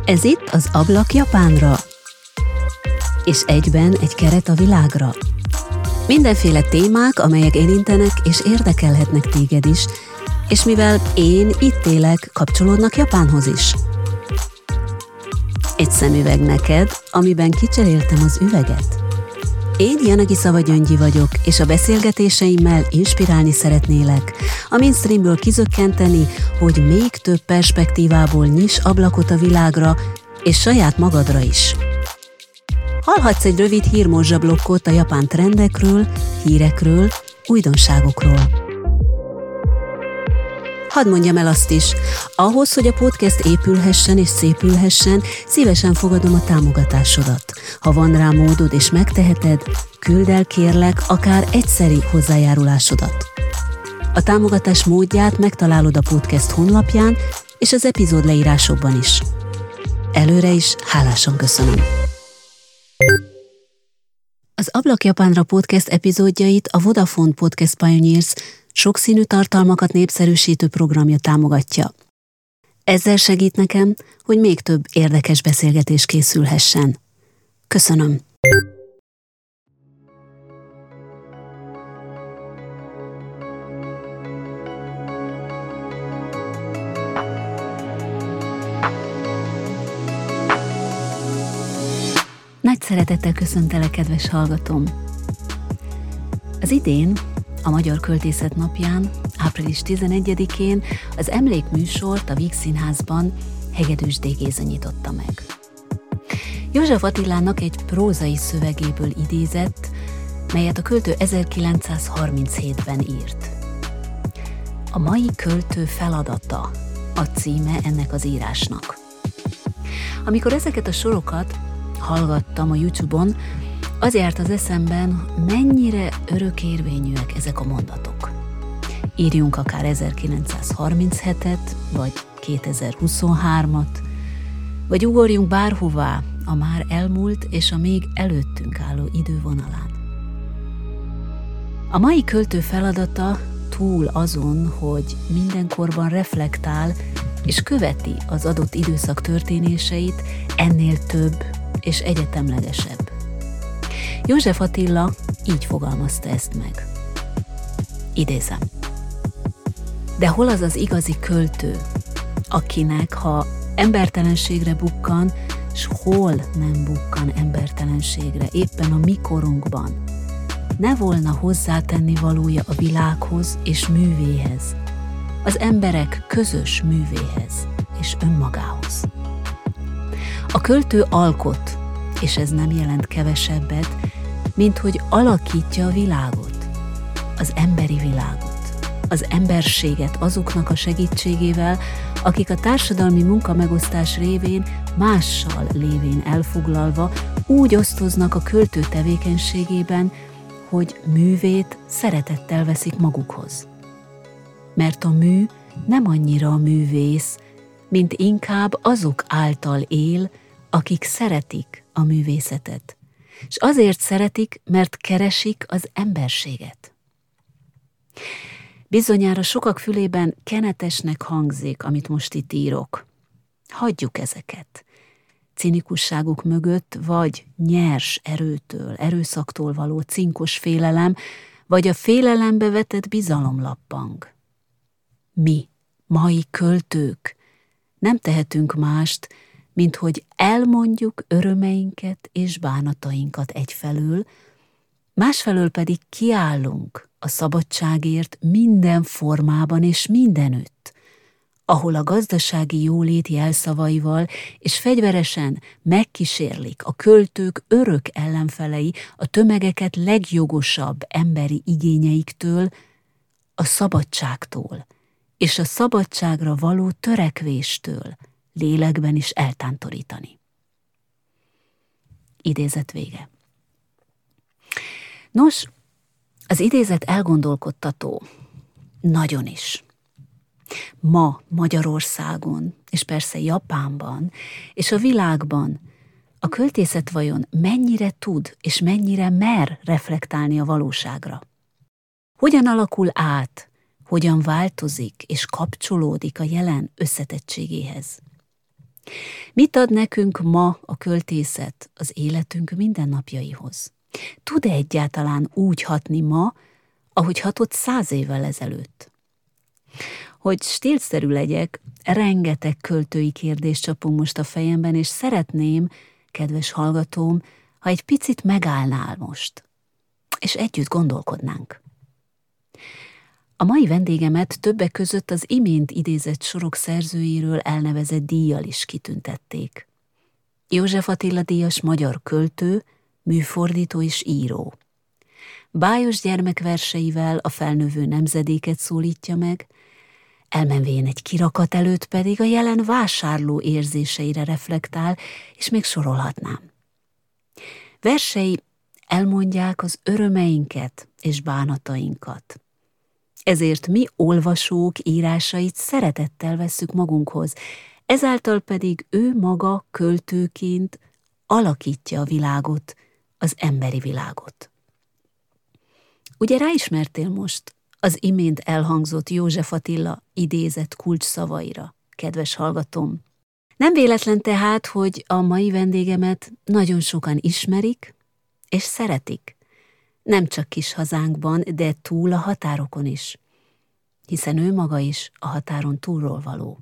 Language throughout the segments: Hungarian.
Ez itt az Ablak Japánra, és egyben egy keret a világra. Mindenféle témák, amelyek érintenek és érdekelhetnek téged is, és mivel én itt élek, kapcsolódnak Japánhoz is. Egy szemüveg neked, amiben kicseréltem az üveget. Én Janagisawa Gyöngyi vagyok, és a beszélgetéseimmel inspirálni szeretnélek, a mainstreamből kizökkenteni, hogy még több perspektívából nyiss ablakot a világra, és saját magadra is. Hallhatsz egy rövid hírmorzsablokkot a japán trendekről, hírekről, újdonságokról. Hadd mondjam el azt is, ahhoz, hogy a podcast épülhessen és szépülhessen, szívesen fogadom a támogatásodat. Ha van rá módod és megteheted, küldd el kérlek akár egyszeri hozzájárulásodat. A támogatás módját megtalálod a podcast honlapján és az epizód leírásokban is. Előre is hálásan köszönöm. Az Ablak Japánra podcast epizódjait a Vodafone Podcast Pioneers sokszínű tartalmakat népszerűsítő programja támogatja. Ezzel segít nekem, hogy még több érdekes beszélgetés készülhessen. Köszönöm! Nagy szeretettel köszöntelek, kedves hallgatóm! Az idén, a Magyar Költészet Napján, április 11-én az emlékműsort a Víg Színházban Hegedűs D. Géza nyitotta meg. József Attilának egy prózai szövegéből idézett, melyet a költő 1937-ben írt. A mai költő feladata a címe ennek az írásnak. Amikor ezeket a sorokat hallgattam a YouTube-on, az járt az eszemben, mennyire örökérvényűek ezek a mondatok. Írjunk akár 1937-et, vagy 2023-at, vagy ugorjunk bárhová a már elmúlt és a még előttünk álló idővonalán. A mai költő feladata túl azon, hogy mindenkorban reflektál és követi az adott időszak történéseit, ennél több és egyetemlegesebb. József Attila így fogalmazta ezt meg. Idézem. De hol az az igazi költő, akinek, ha embertelenségre bukkan, s hol nem bukkan embertelenségre, éppen a mi korunkban, ne volna hozzátenni valója a világhoz és művéhez, az emberek közös művéhez és önmagához. A költő alkot, és ez nem jelent kevesebbet, mint hogy alakítja a világot, az emberi világot, az emberséget azoknak a segítségével, akik a társadalmi munkamegosztás révén, mással lévén elfoglalva úgy osztoznak a költő tevékenységében, hogy művét szeretettel veszik magukhoz. Mert a mű nem annyira a művész, mint inkább azok által él, akik szeretik a művészetet. És azért szeretik, mert keresik az emberséget. Bizonyára sokak fülében kenetesnek hangzik, amit most itt írok. Hagyjuk ezeket. Cinikusságuk mögött vagy nyers erőtől, erőszaktól való cinkos félelem, vagy a félelembe vetett bizalom lappang. Mi, mai költők, nem tehetünk mást, mint hogy elmondjuk örömeinket és bánatainkat egyfelől, másfelől pedig kiállunk a szabadságért minden formában és mindenütt, ahol a gazdasági jólét jelszavaival és fegyveresen megkísérlik a költők örök ellenfelei a tömegeket legjogosabb emberi igényeiktől, a szabadságtól és a szabadságra való törekvéstől lélekben is eltántorítani. Idézet vége. Nos, az idézet elgondolkodtató. Nagyon is. Ma Magyarországon, és persze Japánban, és a világban a költészet vajon mennyire tud és mennyire mer reflektálni a valóságra? Hogyan alakul át, hogyan változik és kapcsolódik a jelen összetettségéhez? Mit ad nekünk ma a költészet az életünk mindennapjaihoz? Tud-e egyáltalán úgy hatni ma, ahogy hatott 100 évvel ezelőtt? Hogy stílszerű legyek, rengeteg költői kérdést csapunk most a fejemben, és szeretném, kedves hallgatóm, ha egy picit megállnál most, és együtt gondolkodnánk. A mai vendégemet többek között az imént idézett sorok szerzőjéről elnevezett díjjal is kitüntették. József Attila díjas magyar költő, műfordító és író. Bájos gyermekverseivel a felnövő nemzedéket szólítja meg, elmenvén egy kirakat előtt pedig a jelen vásárló érzéseire reflektál, és még sorolhatnám. Versei elmondják az örömeinket és bánatainkat. Ezért mi olvasók írásait szeretettel vesszük magunkhoz, ezáltal pedig ő maga költőként alakítja a világot, az emberi világot. Ugye ráismertél most az imént elhangzott József Attila idézett kulcsszavaira, kedves hallgatóm? Nem véletlen tehát, hogy a mai vendégemet nagyon sokan ismerik és szeretik, nem csak kis hazánkban, de túl a határokon is, hiszen ő maga is a határon túlról való.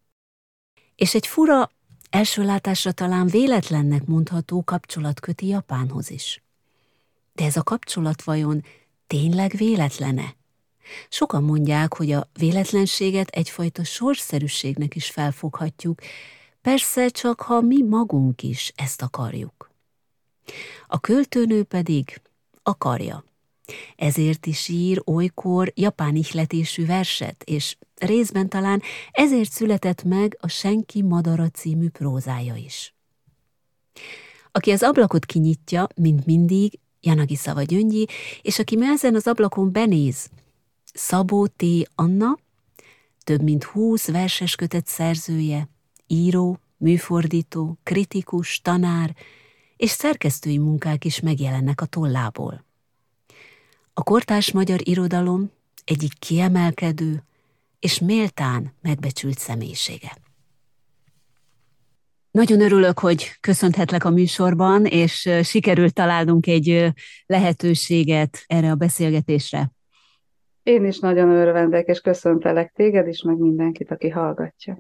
És egy fura, első látásra talán véletlennek mondható kapcsolat köti Japánhoz is. De ez a kapcsolat vajon tényleg véletlene? Sokan mondják, hogy a véletlenséget egyfajta sorsszerűségnek is felfoghatjuk, persze csak ha mi magunk is ezt akarjuk. A költőnő pedig akarja. Ezért is ír olykor japán ihletésű verset, és részben talán ezért született meg a Senki madara című prózája is. Aki az ablakot kinyitja, mint mindig, Janagisawa Gyöngyi, és aki ezen az ablakon benéz, Szabó T. Anna, több mint 20 verseskötet szerzője, író, műfordító, kritikus, tanár, és szerkesztői munkák is megjelennek a tollából. A kortárs magyar irodalom egyik kiemelkedő és méltán megbecsült személyisége. Nagyon örülök, hogy köszönhetlek a műsorban, és sikerült találnunk egy lehetőséget erre a beszélgetésre. Én is nagyon örvendek, és köszöntelek téged is, meg mindenkit, aki hallgatja.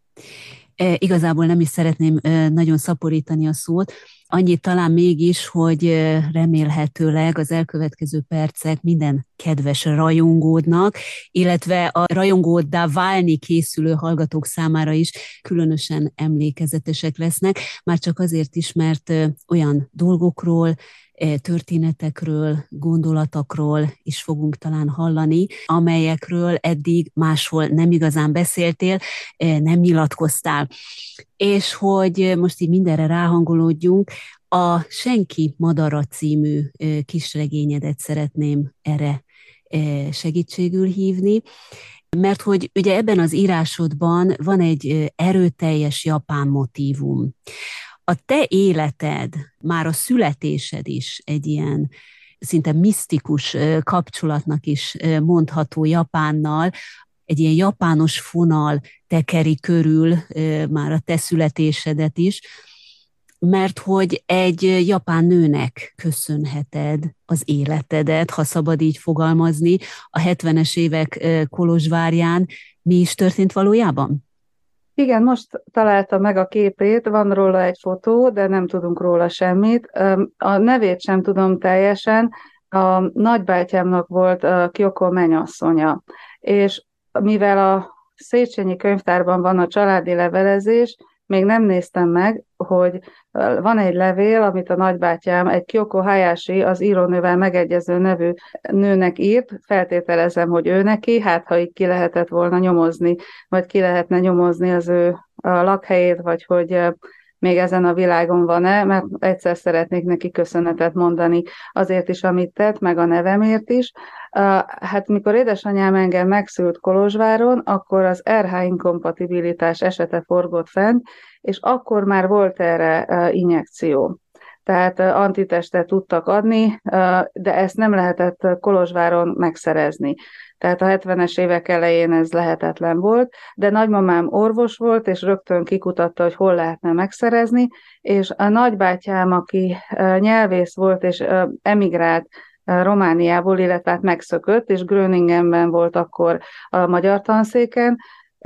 Igazából nem is szeretném nagyon szaporítani a szót, annyit talán mégis, hogy remélhetőleg az elkövetkező percek minden kedves rajongódnak, illetve a rajongóddá válni készülő hallgatók számára is különösen emlékezetesek lesznek, már csak azért is, mert olyan dolgokról, történetekről, gondolatokról is fogunk talán hallani, amelyekről eddig máshol nem igazán beszéltél, nem nyilatkoztál. És hogy most így mindenre ráhangolódjunk, a Senki madara című kisregényedet szeretném erre segítségül hívni, mert hogy ugye ebben az írásodban van egy erőteljes japán motívum. A te életed, már a születésed is egy ilyen szinte misztikus kapcsolatnak is mondható Japánnal, egy ilyen japános fonal tekeri körül már a te születésedet is, mert hogy egy japán nőnek köszönheted az életedet, ha szabad így fogalmazni, a 70-es évek Kolozsvárján. Mi is történt valójában? Igen, most találtam meg a képét, van róla egy fotó, de nem tudunk róla semmit. A nevét sem tudom teljesen. A nagybátyámnak volt a Kyoko mennyasszonya, és mivel a Széchenyi könyvtárban van a családi levelezés, még nem néztem meg, hogy van egy levél, amit a nagybátyám, egy Kyoko Hayashi, az írónővel megegyező nevű nőnek írt, feltételezem, hogy ő neki, hát ha így ki lehetett volna nyomozni, vagy ki lehetne nyomozni az ő a lakhelyét, vagy hogy még ezen a világon van-e, mert egyszer szeretnék neki köszönetet mondani azért is, amit tett, meg a nevemért is. Hát mikor édesanyám engem megszült Kolozsváron, akkor az RH inkompatibilitás esete forgott fent, és akkor már volt erre injekció. tehát antitestet tudtak adni, de ezt nem lehetett Kolozsváron megszerezni. Tehát a 70-es évek elején ez lehetetlen volt, de nagymamám orvos volt, és rögtön kikutatta, hogy hol lehetne megszerezni, és a nagybátyám, aki nyelvész volt, és emigrált Romániából, illetve hát megszökött, és Gröningenben volt akkor a magyar tanszéken,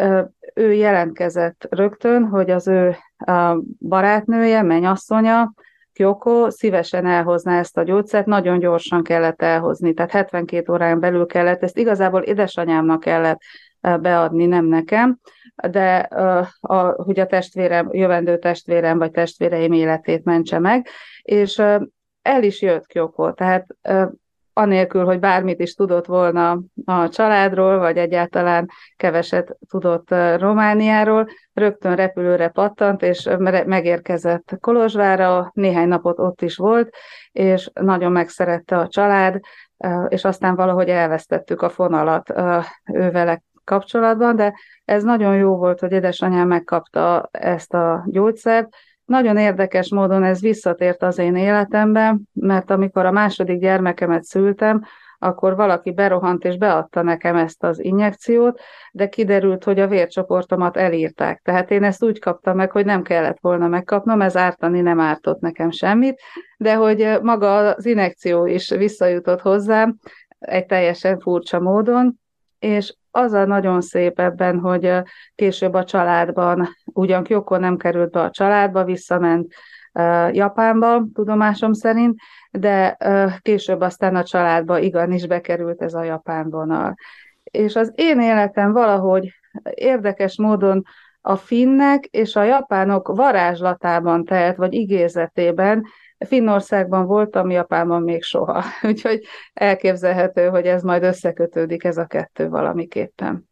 ő jelentkezett rögtön, hogy az ő barátnője, mennyasszonya, Kyoko szívesen elhozná ezt a gyógyszert, nagyon gyorsan kellett elhozni, tehát 72 órán belül kellett, ezt igazából édesanyámnak kellett beadni, nem nekem, de hogy a testvérem, jövendő testvérem vagy testvéreim életét mentse meg, és el is jött Kyoko, tehát anélkül, hogy bármit is tudott volna a családról, vagy egyáltalán keveset tudott Romániáról, rögtön repülőre pattant, és megérkezett Kolozsvárra, néhány napot ott is volt, és nagyon megszerette a család, és aztán valahogy elvesztettük a fonalat ővele kapcsolatban, de ez nagyon jó volt, hogy édesanyám megkapta ezt a gyógyszert. Nagyon érdekes módon ez visszatért az én életemben, mert amikor a második gyermekemet szültem, akkor valaki berohant és beadta nekem ezt az injekciót, de kiderült, hogy a vércsoportomat elírták. Tehát én ezt úgy kaptam meg, hogy nem kellett volna megkapnom, ez ártani nem ártott nekem semmit, de hogy maga az injekció is visszajutott hozzám egy teljesen furcsa módon, és az a nagyon szép ebben, hogy később a családban, ugyan Kyoko nem került be a családba, visszament Japánba, tudomásom szerint, de később aztán a családba igenis bekerült ez a japán vonal. És az én életem valahogy érdekes módon a finnek és a japánok varázslatában telt, vagy igézetében. Finnországban voltam, Japánban még soha. Úgyhogy elképzelhető, hogy ez majd összekötődik ez a kettő valamiképpen.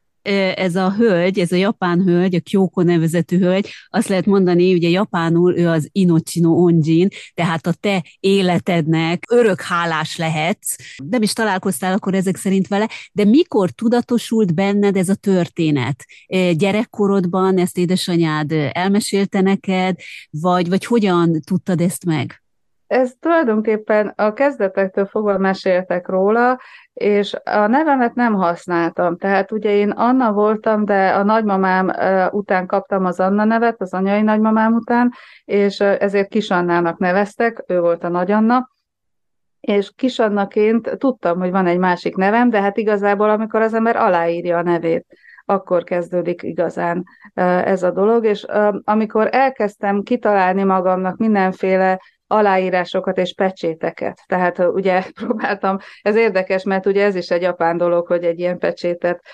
Ez a hölgy, ez a japán hölgy, a Kyoko nevezetű hölgy, azt lehet mondani, ugye japánul ő az Inochi no Onjin, tehát a te életednek örök hálás lehetsz. Nem is találkoztál akkor ezek szerint vele, de mikor tudatosult benned ez a történet? Gyerekkorodban ezt édesanyád elmesélte neked, vagy hogyan tudtad ezt meg? Ez tulajdonképpen a kezdetektől fogva meséltek róla, és a nevemet nem használtam. Tehát ugye én Anna voltam, de a nagymamám után kaptam az Anna nevet, az anyai nagymamám után, és ezért Kis Annának neveztek, ő volt a Nagy Anna, és Kis Annaként tudtam, hogy van egy másik nevem, de hát igazából amikor az ember aláírja a nevét, akkor kezdődik igazán ez a dolog, és amikor elkezdtem kitalálni magamnak mindenféle aláírásokat és pecséteket. Tehát ugye próbáltam, ez érdekes, mert ugye ez is egy japán dolog, hogy egy ilyen pecsétet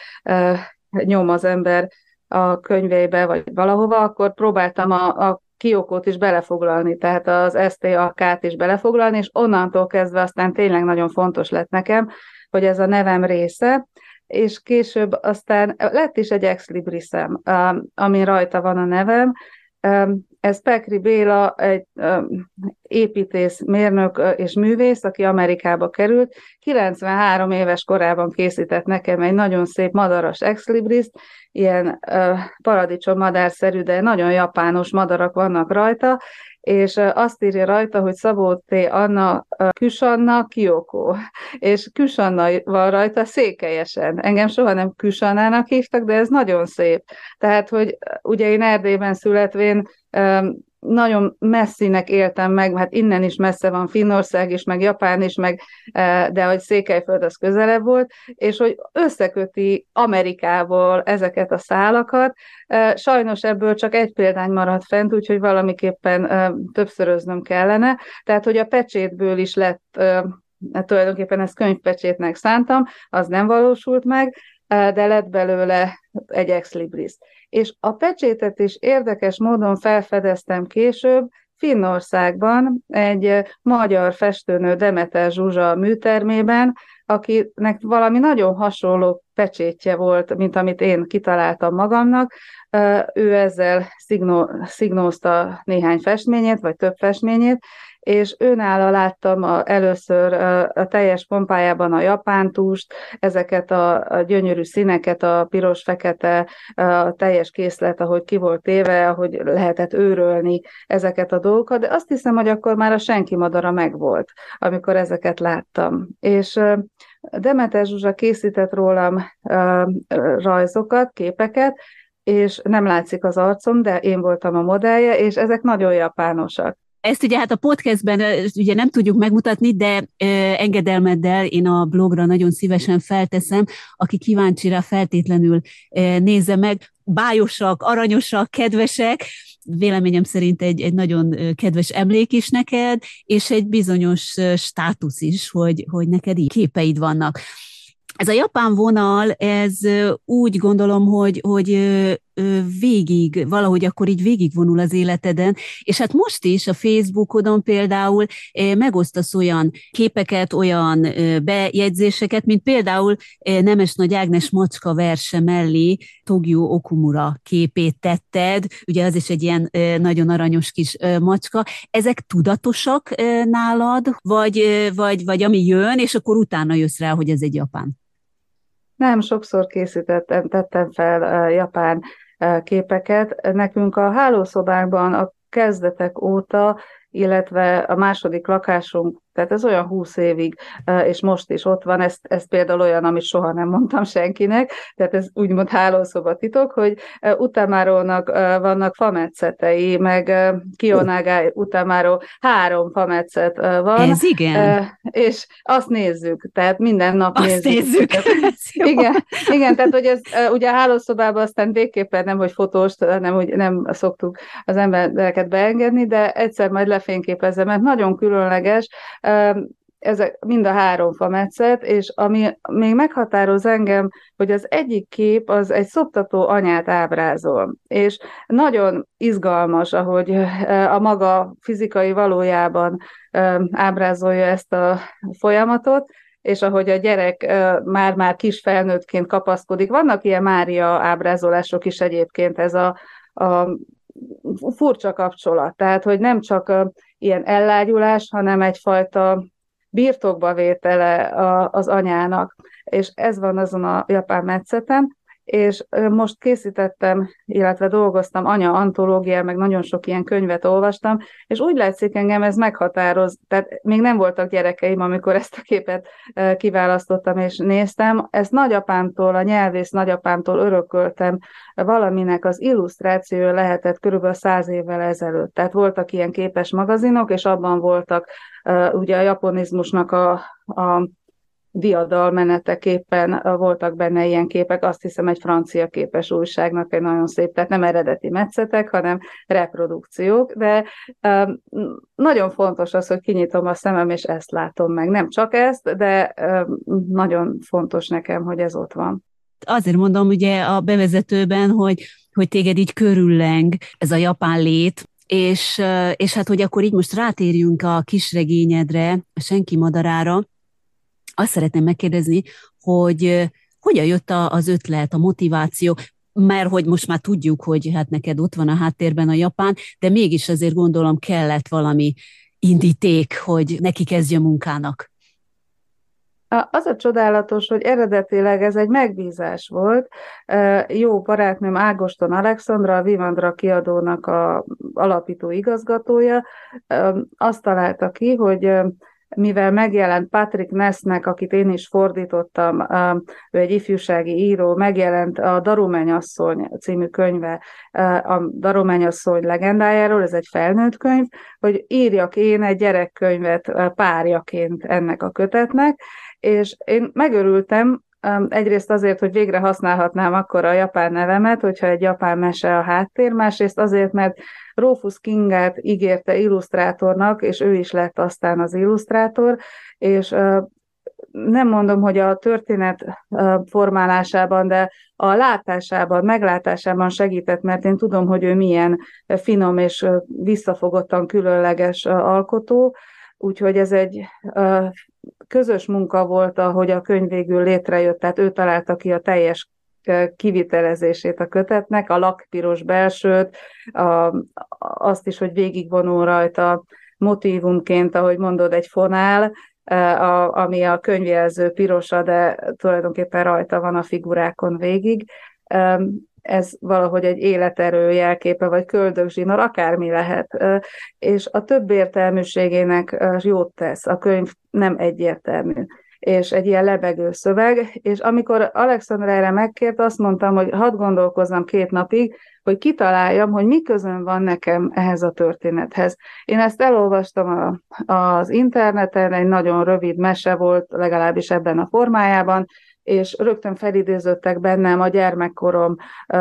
nyom az ember a könyvébe, vagy valahova, akkor próbáltam a Kyokót is belefoglalni, tehát az STAK-t is belefoglalni, és onnantól kezdve aztán tényleg nagyon fontos lett nekem, hogy ez a nevem része, és később aztán lett is egy ex librisem, ami rajta van a nevem. Ez Pekri Béla, egy építész, mérnök és művész, aki Amerikába került. 93 éves korában készített nekem egy nagyon szép madaras exlibriszt, ilyen paradicsom-madárszerű, de nagyon japános madarak vannak rajta, és azt írja rajta, hogy Szabó T. Anna, Küsanna, Kyoko. És Küsanna van rajta székelyesen. Engem soha nem Küsannának hívtak, de ez nagyon szép. Tehát, hogy ugye én Erdélyben születvén nagyon messzinek éltem meg, hát innen is messze van Finnország is, meg Japán is, meg, de hogy Székelyföld az közelebb volt, és hogy összeköti Amerikából ezeket a szálakat. Sajnos ebből csak egy példány maradt fent, úgyhogy valamiképpen többszöröznöm kellene. Tehát, hogy a pecsétből is lett, tulajdonképpen ezt könyvpecsétnek szántam, az nem valósult meg, de lett belőle egy ex libris. És a pecsétet is érdekes módon felfedeztem később, Finnországban egy magyar festőnő, Demeter Zsuzsa műtermében, akinek valami nagyon hasonló pecsétje volt, mint amit én kitaláltam magamnak. Ő ezzel szignózta néhány festményét, vagy több festményét, és őnála láttam először a teljes pompájában a japántúst, ezeket a gyönyörű színeket, a piros-fekete, a teljes készlet, ahogy ki volt téve, ahogy lehetett őrölni ezeket a dolgokat, de azt hiszem, hogy akkor már a senki madara megvolt, amikor ezeket láttam. És Demeter Zsuzsa készített rólam rajzokat, képeket, és nem látszik az arcom, de én voltam a modellje, és ezek nagyon japánosak. Ezt ugye hát a podcastben ugye nem tudjuk megmutatni, de engedelmeddel én a blogra nagyon szívesen felteszem, aki kíváncsi rá, feltétlenül nézze meg. Bájosak, aranyosak, kedvesek, véleményem szerint egy nagyon kedves emlék is neked, és egy bizonyos státusz is, hogy neked így képeid vannak. Ez a japán vonal, ez úgy gondolom, hogy végig, valahogy akkor így végigvonul az életeden, és hát most is a Facebookodon például megosztasz olyan képeket, olyan bejegyzéseket, mint például Nemes Nagy Ágnes macska verse mellé Togyo Okumura képét tetted, ugye az is egy ilyen nagyon aranyos kis macska. Ezek tudatosak nálad, vagy ami jön, és akkor utána jössz rá, hogy ez egy japán? Nem, sokszor tettem fel japán képeket. Nekünk a hálószobánkban a kezdetek óta, illetve a második lakásunk, tehát ez olyan 20 évig, és most is ott van, ez például olyan, amit soha nem mondtam senkinek, tehát ez úgymond hálószoba titok, hogy Utamárónak vannak fametszetei, meg Kiyonaga Utamáró 3 fametszet van. Ez igen. És azt nézzük, tehát minden nap azt nézzük. Igen, tehát hogy ez ugye a hálószobában aztán végképpen nem, hogy fotóst, nem, hogy nem szoktuk az embereket beengedni, de egyszer majd lefényképezem, mert nagyon különleges, ezek mind a 3 fametszet, és ami még meghatároz engem, hogy az egyik kép az egy szoptató anyát ábrázol, és nagyon izgalmas, ahogy a maga fizikai valójában ábrázolja ezt a folyamatot, és ahogy a gyerek már kis felnőttként kapaszkodik. Vannak ilyen Mária ábrázolások is egyébként, ez a furcsa kapcsolat, tehát hogy nem csak ilyen ellágyulás, hanem egyfajta birtokba vétele az anyának, és ez van azon a japán metszeten, és most készítettem, illetve dolgoztam anya antológián, meg nagyon sok ilyen könyvet olvastam, és úgy látszik engem ez meghatároz, tehát még nem voltak gyerekeim, amikor ezt a képet kiválasztottam és néztem, ezt nagyapámtól, a nyelvész nagyapámtól örököltem, valaminek az illusztrációja lehetett körülbelül 100 évvel ezelőtt, tehát voltak ilyen képes magazinok, és abban voltak ugye a japonizmusnak a diadalmeneteképpen voltak benne ilyen képek, azt hiszem egy francia képes újságnak egy nagyon szép, tehát nem eredeti metszetek, hanem reprodukciók, de nagyon fontos az, hogy kinyitom a szemem, és ezt látom meg. Nem csak ezt, de nagyon fontos nekem, hogy ez ott van. Azért mondom ugye a bevezetőben, hogy téged így körülleng ez a japán lét, és hát, hogy akkor így most rátérjünk a kisregényedre, a Senki madarára. Azt szeretném megkérdezni, hogy hogyan jött az ötlet, a motiváció, mert hogy most már tudjuk, hogy hát neked ott van a háttérben a japán, de mégis azért gondolom kellett valami indíték, hogy neki kezdje a munkának. Az a csodálatos, hogy eredetileg ez egy megbízás volt. Jó barátnőm Ágoston Alexandra, a Vivandra kiadónak a alapító igazgatója, azt találta ki, hogy mivel megjelent Patrick Nessnek, akit én is fordítottam, ő egy ifjúsági író, megjelent a Darumennyasszony című könyve a Darumennyasszony legendájáról, ez egy felnőtt könyv, hogy írjak én egy gyerekkönyvet párjaként ennek a kötetnek, és én megörültem, egyrészt azért, hogy végre használhatnám akkor a japán nevemet, hogyha egy japán mese a háttér, másrészt azért, mert Rufus Kingát ígérte illusztrátornak, és ő is lett aztán az illusztrátor, és nem mondom, hogy a történet formálásában, de a látásában, meglátásában segített, mert én tudom, hogy ő milyen finom és visszafogottan különleges alkotó, úgyhogy ez egy közös munka volt, ahogy a könyv végül létrejött, tehát ő találta ki a teljes kivitelezését a kötetnek, a lakpiros belsőt, azt is, hogy végigvonul rajta motívumként, ahogy mondod, egy fonál, ami a könyvjelző pirosa, de tulajdonképpen rajta van a figurákon végig. Ez valahogy egy életerő jelképe, vagy köldögzsinór, akármi lehet. És a több értelműségének jót tesz. A könyv nem egyértelmű, és egy ilyen lebegő szöveg, és amikor Alexandra erre megkért, azt mondtam, hogy hadd gondolkozzam 2 napig, hogy kitaláljam, hogy mi közön van nekem ehhez a történethez. Én ezt elolvastam az interneten, egy nagyon rövid mese volt, legalábbis ebben a formájában, és rögtön felidéződtek bennem a gyermekkorom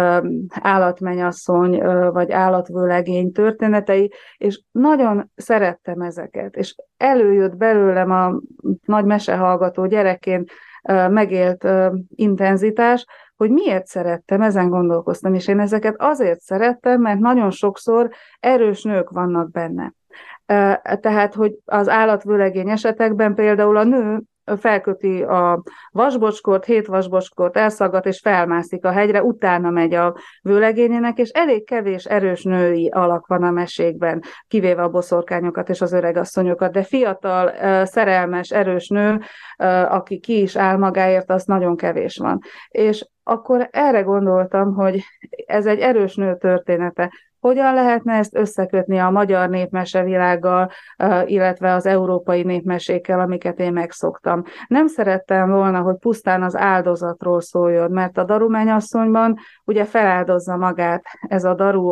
állatmennyasszony vagy állatvőlegény történetei, és nagyon szerettem ezeket, és előjött belőlem a nagy mesehallgató gyerekként megélt intenzitás, hogy miért szerettem, ezen gondolkoztam, és én ezeket azért szerettem, mert nagyon sokszor erős nők vannak benne. Tehát, hogy az állatvőlegény esetekben például a nő felköti a vasbocskort, 7 vasbocskort elszaggat, és felmászik a hegyre, utána megy a vőlegényének, és elég kevés erős női alak van a mesékben, kivéve a boszorkányokat és az öregasszonyokat, de fiatal, szerelmes, erős nő, aki ki is áll magáért, az nagyon kevés van. És akkor erre gondoltam, hogy ez egy erős nő története. Hogyan lehetne ezt összekötni a magyar népmesevilággal, illetve az európai népmesékkel, amiket én megszoktam. Nem szerettem volna, hogy pusztán az áldozatról szóljon, mert a Daru mennyasszonyban ugye feláldozza magát ez a Daru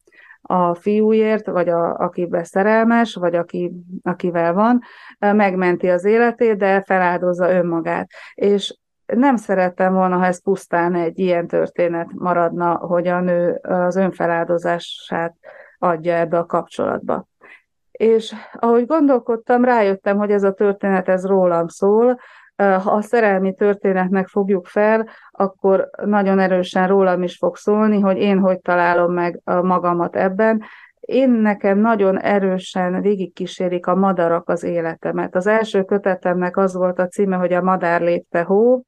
a fiúért, vagy akiben szerelmes, vagy akivel van, megmenti az életét, de feláldozza önmagát. És nem szerettem volna, ha ez pusztán egy ilyen történet maradna, hogy a nő az önfeláldozását adja ebbe a kapcsolatba. És ahogy gondolkodtam, rájöttem, hogy ez a történet, ez rólam szól. Ha a szerelmi történetnek fogjuk fel, akkor nagyon erősen rólam is fog szólni, hogy én hogy találom meg magamat ebben. Nekem nagyon erősen végigkísérik a madarak az életemet. Az első kötetemnek az volt a címe, hogy A madár lépte hó.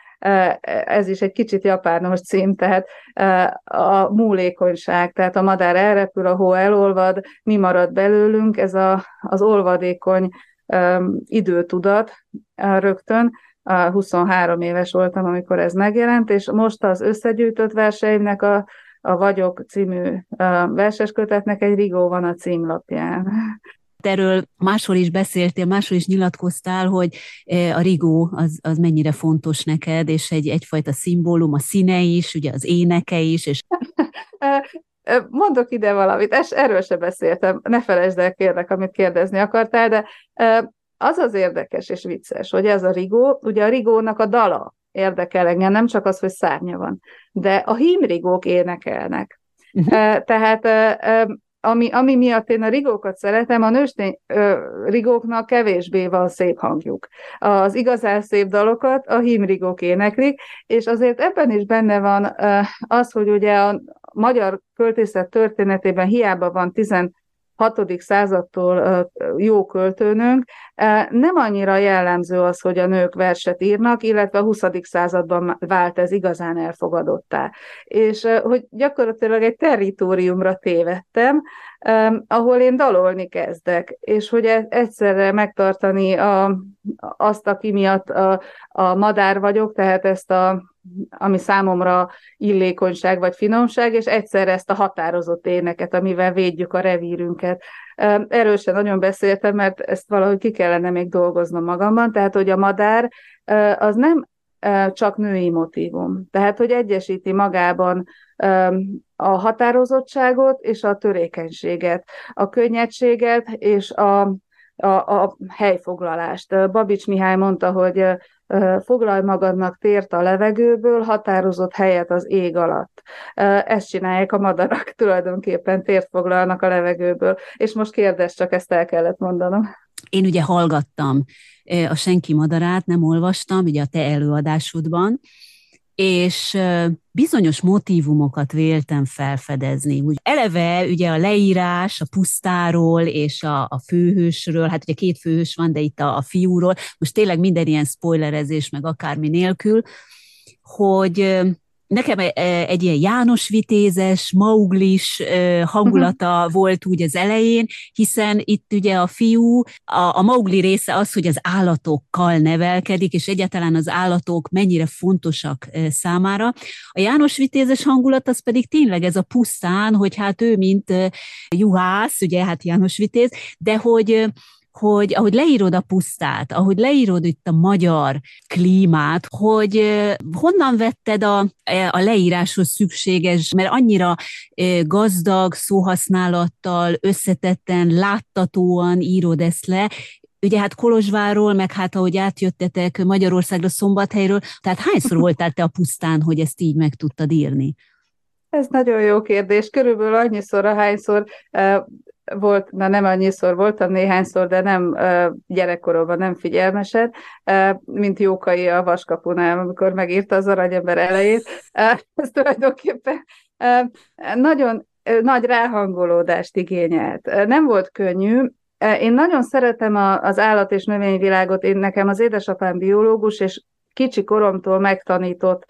Ez is egy kicsit japános cím, tehát a múlékonyság, tehát a madár elrepül, a hó elolvad, mi marad belőlünk, ez az olvadékony időtudat rögtön. 23 éves voltam, amikor ez megjelent, és most az összegyűjtött verseimnek a Vagyok című verseskötetnek egy rigó van a címlapján. Erről máshol is beszéltél, máshol is nyilatkoztál, hogy a rigó az mennyire fontos neked, és egyfajta szimbólum, a színe is, ugye az éneke is. És... Mondok ide valamit, erről se beszéltem, ne felejtsd el, kérlek, amit kérdezni akartál, de az érdekes és vicces, hogy ez a rigó, ugye a rigónak a dala érdekel engem, nem csak az, hogy szárnya van, de a hímrigók énekelnek. Tehát ami miatt én a rigókat szeretem, a nőstény rigóknak kevésbé van szép hangjuk. Az igazán szép dalokat a hímrigók éneklik, és azért ebben is benne van az, hogy ugye a magyar költészet történetében hiába van 16. századtól jó költőnünk, nem annyira jellemző az, hogy a nők verset írnak, illetve a 20. században vált ez igazán elfogadottá. És hogy gyakorlatilag egy territóriumra tévedtem, ahol én dalolni kezdek, és hogy egyszerre megtartani azt, aki miatt a madár vagyok, tehát ezt ami számomra illékonyság vagy finomság, és egyszerre ezt a határozott éneket, amivel védjük a revírünket. Erről sem nagyon beszéltem, mert ezt valahogy ki kellene még dolgoznom magamban, tehát hogy a madár az nem csak női motívum, tehát hogy egyesíti magában a határozottságot és a törékenységet, a könnyedséget és a helyfoglalást. Babics Mihály mondta, hogy foglalj magadnak tért a levegőből, határozott helyet az ég alatt. Ezt csinálják a madarak, tulajdonképpen tért foglalnak a levegőből. És most kérdezz, csak ezt el kellett mondanom. Én ugye hallgattam a Senki madarát, nem olvastam, ugye a te előadásodban, és bizonyos motívumokat véltem felfedezni. Úgy eleve ugye a leírás a pusztáról és a főhősről, hát ugye 2 főhős van, de itt a fiúról, most tényleg minden ilyen spoilerezés meg akármi nélkül, hogy Nekem egy ilyen János Vitézes, Mauglis hangulata volt úgy az elején, hiszen itt ugye a fiú, a Maugli része az, hogy az állatokkal nevelkedik, és egyáltalán az állatok mennyire fontosak számára. A János Vitézes hangulat az pedig tényleg ez a pusztán, hogy hát ő mint juhász, ugye hát János Vitéz, de hogy ahogy leírod a pusztát, ahogy leírod itt a magyar klímát, hogy honnan vetted a leíráshoz szükséges, mert annyira gazdag szóhasználattal, összetetten, láttatóan írod ezt le, ugye hát Kolozsvárról, meg hát ahogy átjöttetek Magyarországra, Szombathelyről, tehát hányszor voltál te a pusztán, hogy ezt így meg tudtad írni? Ez nagyon jó kérdés. Körülbelül annyiszor, ahányszor volt, na nem annyiszor, voltam néhányszor, de nem gyerekkoromban nem figyelmesen, mint Jókai a Vaskapunál, amikor megírta az Aranyember elejét. Ez tulajdonképpen nagyon nagy ráhangolódást igényelt. Nem volt könnyű. Én nagyon szeretem az állat- és növényvilágot. Nekem az édesapám biológus, és kicsi koromtól megtanított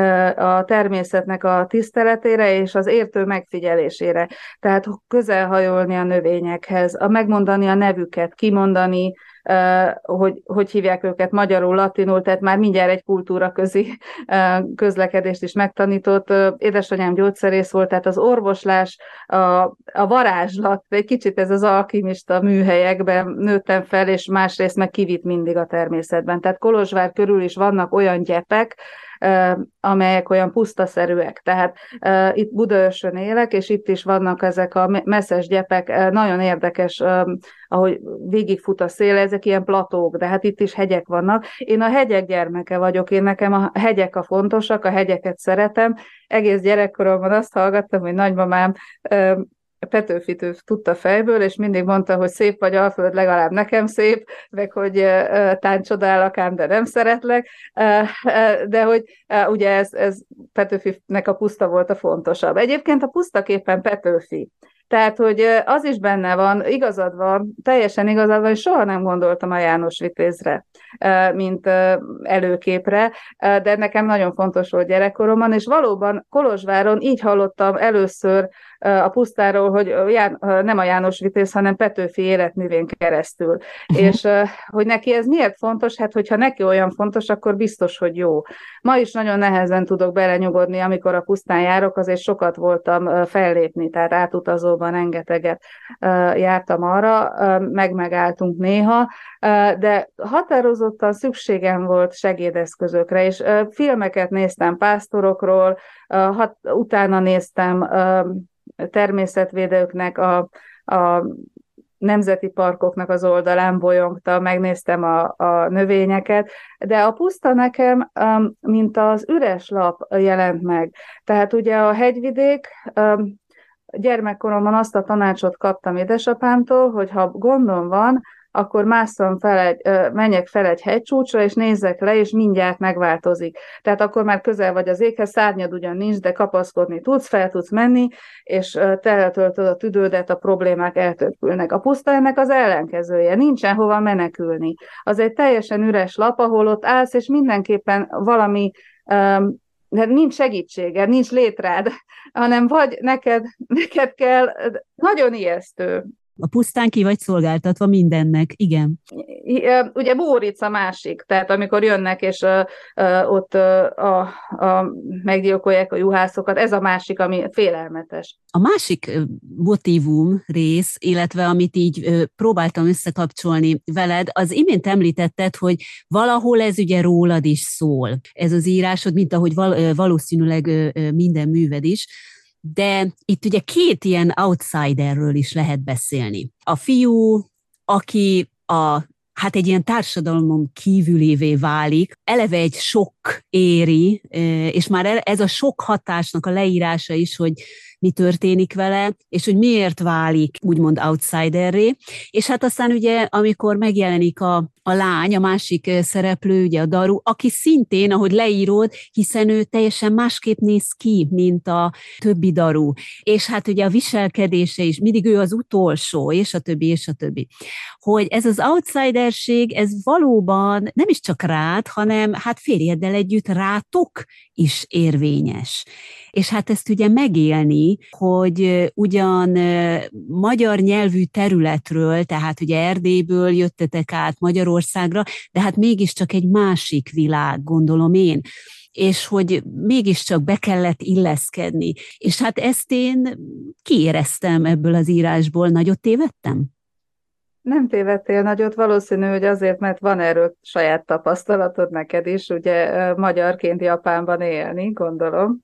a természetnek a tiszteletére és az értő megfigyelésére. Tehát közelhajolni a növényekhez, megmondani a nevüket, kimondani, hogy hívják őket magyarul, latinul, tehát már mindjárt egy kultúraközi közlekedést is megtanított. Édesanyám gyógyszerész volt, tehát az orvoslás, a varázslat, egy kicsit ez az alkimista műhelyekben nőttem fel, és másrészt meg kivitt mindig a természetben. Tehát Kolozsvár körül is vannak olyan gyepek, amelyek olyan pusztaszerűek. Tehát itt Budaörsön élek, és itt is vannak ezek a messzes gyepek, nagyon érdekes, ahogy végigfut a szél, ezek ilyen platók, de hát itt is hegyek vannak. Én a hegyek gyermeke vagyok, nekem a hegyek a fontosak, a hegyeket szeretem. Egész gyerekkoromban azt hallgattam, hogy nagymamám Petőfit ő tudta fejből, és mindig mondta, hogy szép vagy Alföld, legalább nekem szép, meg hogy táncsodálok ám, de nem szeretlek, de hogy ugye ez Petőfinek a puszta volt a fontosabb. Egyébként a pusztaképpen Petőfi. Tehát, hogy az is benne van, igazad van, teljesen igazad van, és soha nem gondoltam a János Vitézre, mint előképre, de nekem nagyon fontos volt gyerekkoromban, és valóban Kolozsváron így hallottam először a pusztáról, hogy nem a János Vitéz, hanem Petőfi életművén keresztül. És hogy neki ez miért fontos? Hát, hogyha neki olyan fontos, akkor biztos, hogy jó. Ma is nagyon nehezen tudok belenyugodni, amikor a pusztán járok, azért sokat voltam fellépni, tehát átutazóban rengeteget jártam arra, megálltunk néha, de határozottan szükségem volt segédeszközökre, és filmeket néztem pásztorokról, utána néztem természetvédőknek, a nemzeti parkoknak az oldalán bolyongtam, megnéztem a növényeket, de a puszta nekem, mint az üres lap jelent meg. Tehát ugye a hegyvidék, gyermekkoromban azt a tanácsot kaptam édesapámtól, hogy ha gondom van, akkor menjek fel egy hegycsúcsra, és nézzek le, és mindjárt megváltozik. Tehát akkor már közel vagy az éghez, szárnyad ugyan nincs, de kapaszkodni tudsz, fel tudsz menni, és teltöltöd a tüdődet, a problémák eltörpülnek. A puszta ennek az ellenkezője, nincsen hova menekülni. Az egy teljesen üres lap, ahol ott állsz, és mindenképpen valami nincs segítséged, nincs létrád, hanem vagy neked kell, nagyon ijesztő. A pusztán ki vagy szolgáltatva mindennek, igen. Ugye Bóric a másik, tehát amikor jönnek, és ott meggyilkolják a juhászokat, ez a másik, ami félelmetes. A másik motívum rész, illetve amit így próbáltam összekapcsolni veled, az imént említetted, hogy valahol ez ugye rólad is szól. Ez az írásod, mint ahogy valószínűleg minden műved is, de itt ugye két ilyen outsiderről is lehet beszélni. A fiú, aki hát egy ilyen társadalmon kívülévé válik, eleve egy sok éri, és már ez a sok hatásnak a leírása is, hogy mi történik vele, és hogy miért válik úgymond outsiderré. És hát aztán ugye, amikor megjelenik a lány, a másik szereplő, ugye a Daru, aki szintén, ahogy leírod, hiszen ő teljesen másképp néz ki, mint a többi Daru. És hát ugye a viselkedése is, mindig ő az utolsó, és a többi, és a többi. Hogy ez az outsiderség, ez valóban nem is csak rád, hanem hát férjeddel együtt rátok is érvényes. És hát ezt ugye megélni, hogy ugyan magyar nyelvű területről, tehát ugye Erdélyből jöttetek át Magyarországra, de hát mégiscsak egy másik világ, gondolom én, és hogy mégiscsak be kellett illeszkedni. És hát ezt én kiéreztem ebből az írásból, nagyot tévedtem? Nem tévedtél nagyot, valószínű, hogy azért, mert van erről saját tapasztalatod neked is, ugye magyarként Japánban élni, gondolom.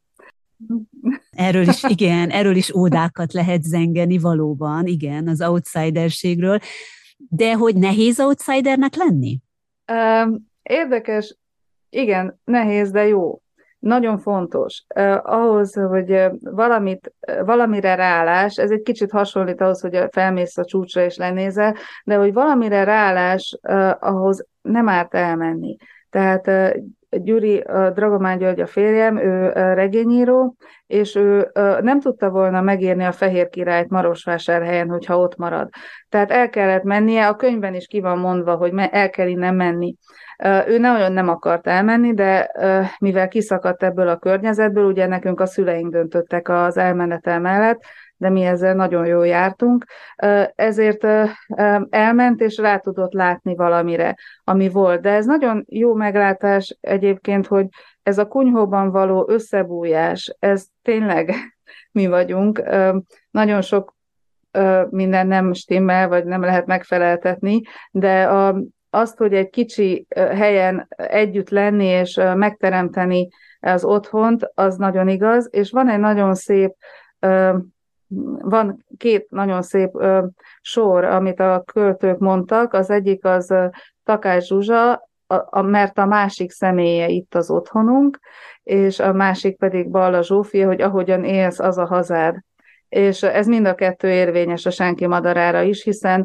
Erről is, igen, erről is ódákat lehet zengeni valóban, igen, az outsiderségről. De hogy nehéz outsidernek lenni? Érdekes, igen, nehéz, de jó. Nagyon fontos. Ahhoz, hogy valamire ráállás, ez egy kicsit hasonlít ahhoz, hogy felmész a csúcsra és lenézel, de hogy valamire ráállás, ahhoz nem árt elmenni. Tehát Gyuri, Dragomán György a férjem, ő regényíró, és ő nem tudta volna megírni a Fehér Királyt Marosvásárhelyen, hogyha ott marad. Tehát el kellett mennie, a könyvben is ki van mondva, hogy el kell innen menni. Ő nagyon nem akart elmenni, de mivel kiszakadt ebből a környezetből, ugye nekünk a szüleink döntöttek az elmenetel mellett, de mi ezzel nagyon jól jártunk, ezért elment, és rá tudott látni valamire, ami volt. De ez nagyon jó meglátás egyébként, hogy ez a kunyhóban való összebújás, ez tényleg mi vagyunk. Nagyon sok minden nem stimmel, vagy nem lehet megfeleltetni, de azt, hogy egy kicsi helyen együtt lenni és megteremteni az otthont, az nagyon igaz, és van két nagyon szép sor, amit a költők mondtak. Az egyik az Takács Zsuzsa, mert a másik személye itt az otthonunk, és a másik pedig Balla Zsófia, hogy ahogyan élsz, az a hazád. És ez mind a kettő érvényes a senki madarára is, hiszen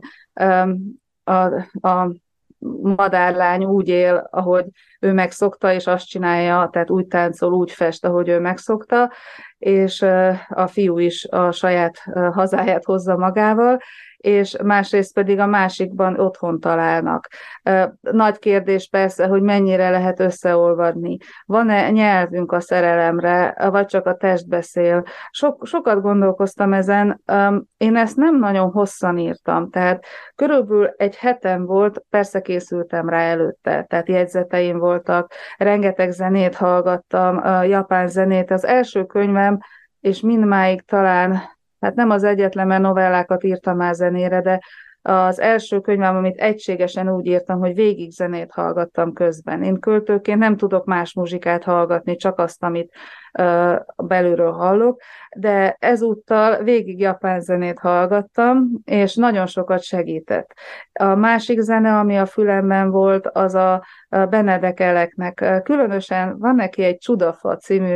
a madárlány úgy él, ahogy ő megszokta, és azt csinálja, tehát úgy táncol, úgy fest, ahogy ő megszokta, és a fiú is a saját hazáját hozza magával, és másrészt pedig a másikban otthon találnak. Nagy kérdés persze, hogy mennyire lehet összeolvadni. Van-e nyelvünk a szerelemre, vagy csak a test beszél? Sokat gondolkoztam ezen, én ezt nem nagyon hosszan írtam, tehát körülbelül egy hetem volt, persze készültem rá előtte, tehát jegyzeteim voltak, rengeteg zenét hallgattam, japán zenét. Az első könyvem, és mindmáig talán, hát nem az egyetlen, mert novellákat írtam már zenére, de az első könyvem, amit egységesen úgy írtam, hogy végig zenét hallgattam közben. Én költőként nem tudok más muzsikát hallgatni, csak azt, amit belülről hallok, de ezúttal végig japán zenét hallgattam, és nagyon sokat segített. A másik zene, ami a fülemben volt, az a Benedek Eleknek. Különösen van neki egy Csudafa című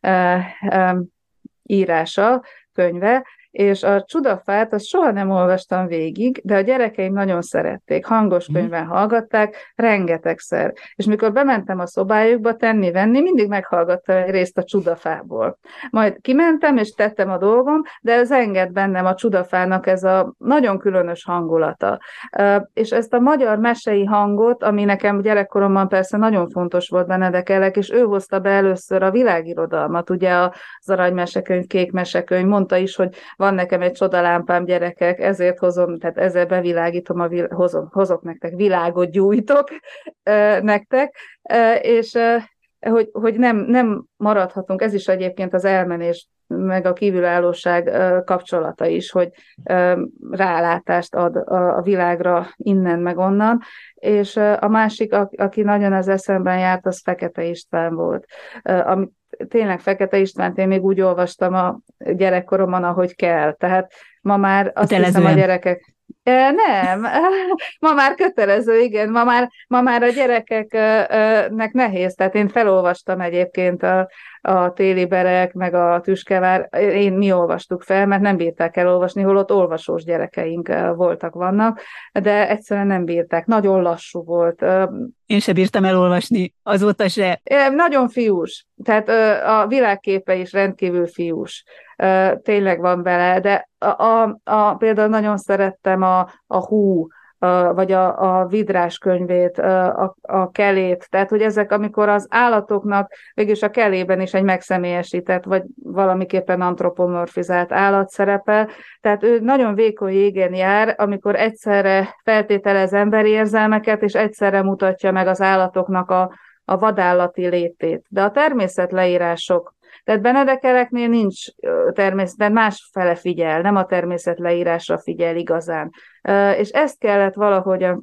írása, könyve, és a Csudafát azt soha nem olvastam végig, de a gyerekeim nagyon szerették, hangos könyvben hallgatták, rengetegszer. És mikor bementem a szobájukba tenni-venni, mindig meghallgattam egy részt a Csudafából. Majd kimentem, és tettem a dolgom, de ez enged bennem a Csudafának ez a nagyon különös hangulata. És ezt a magyar mesei hangot, ami nekem gyerekkoromban persze nagyon fontos volt, Benedek Elek, és ő hozta be először a világirodalmat, ugye az aranymesekönyv, kék mesekönyv, mondta is, hogy van nekem egy csodalámpám, gyerekek, ezért hozom, tehát ezzel bevilágítom, hozok nektek, világot gyújtok nektek, és hogy nem maradhatunk, ez is egyébként az elmenés, meg a kívülállóság kapcsolata is, hogy rálátást ad a világra innen meg onnan, és a másik, aki nagyon az eszemben járt, az Fekete István volt, amit tényleg Fekete Istvánt én még úgy olvastam a gyerekkoromban, ahogy kell. Tehát ma már azt hiszem a gyerekek, Nem, ma már kötelező, igen, ma már a gyerekeknek nehéz, tehát én felolvastam egyébként a Téli Berek, meg a Tüskevár, mi olvastuk fel, mert nem bírták elolvasni, holott olvasós gyerekeink vannak, de egyszerűen nem bírták, nagyon lassú volt. Én se bírtam elolvasni, azóta se. Nagyon fiús, tehát a világképe is rendkívül fiús. Tényleg van vele, de például nagyon szerettem a Hú, vagy a Vidrás könyvét, a Kelét, tehát hogy ezek, amikor az állatoknak, végülis a Kelében is egy megszemélyesített, vagy valamiképpen antropomorfizált állat szerepel, tehát ő nagyon vékony jégen jár, amikor egyszerre feltételez emberi érzelmeket, és egyszerre mutatja meg az állatoknak a vadállati létét. De a természetleírások, tehát Benedekereknél nincs természet, de másfele figyel, nem a természet leírásra figyel igazán. És ezt kellett valahogyan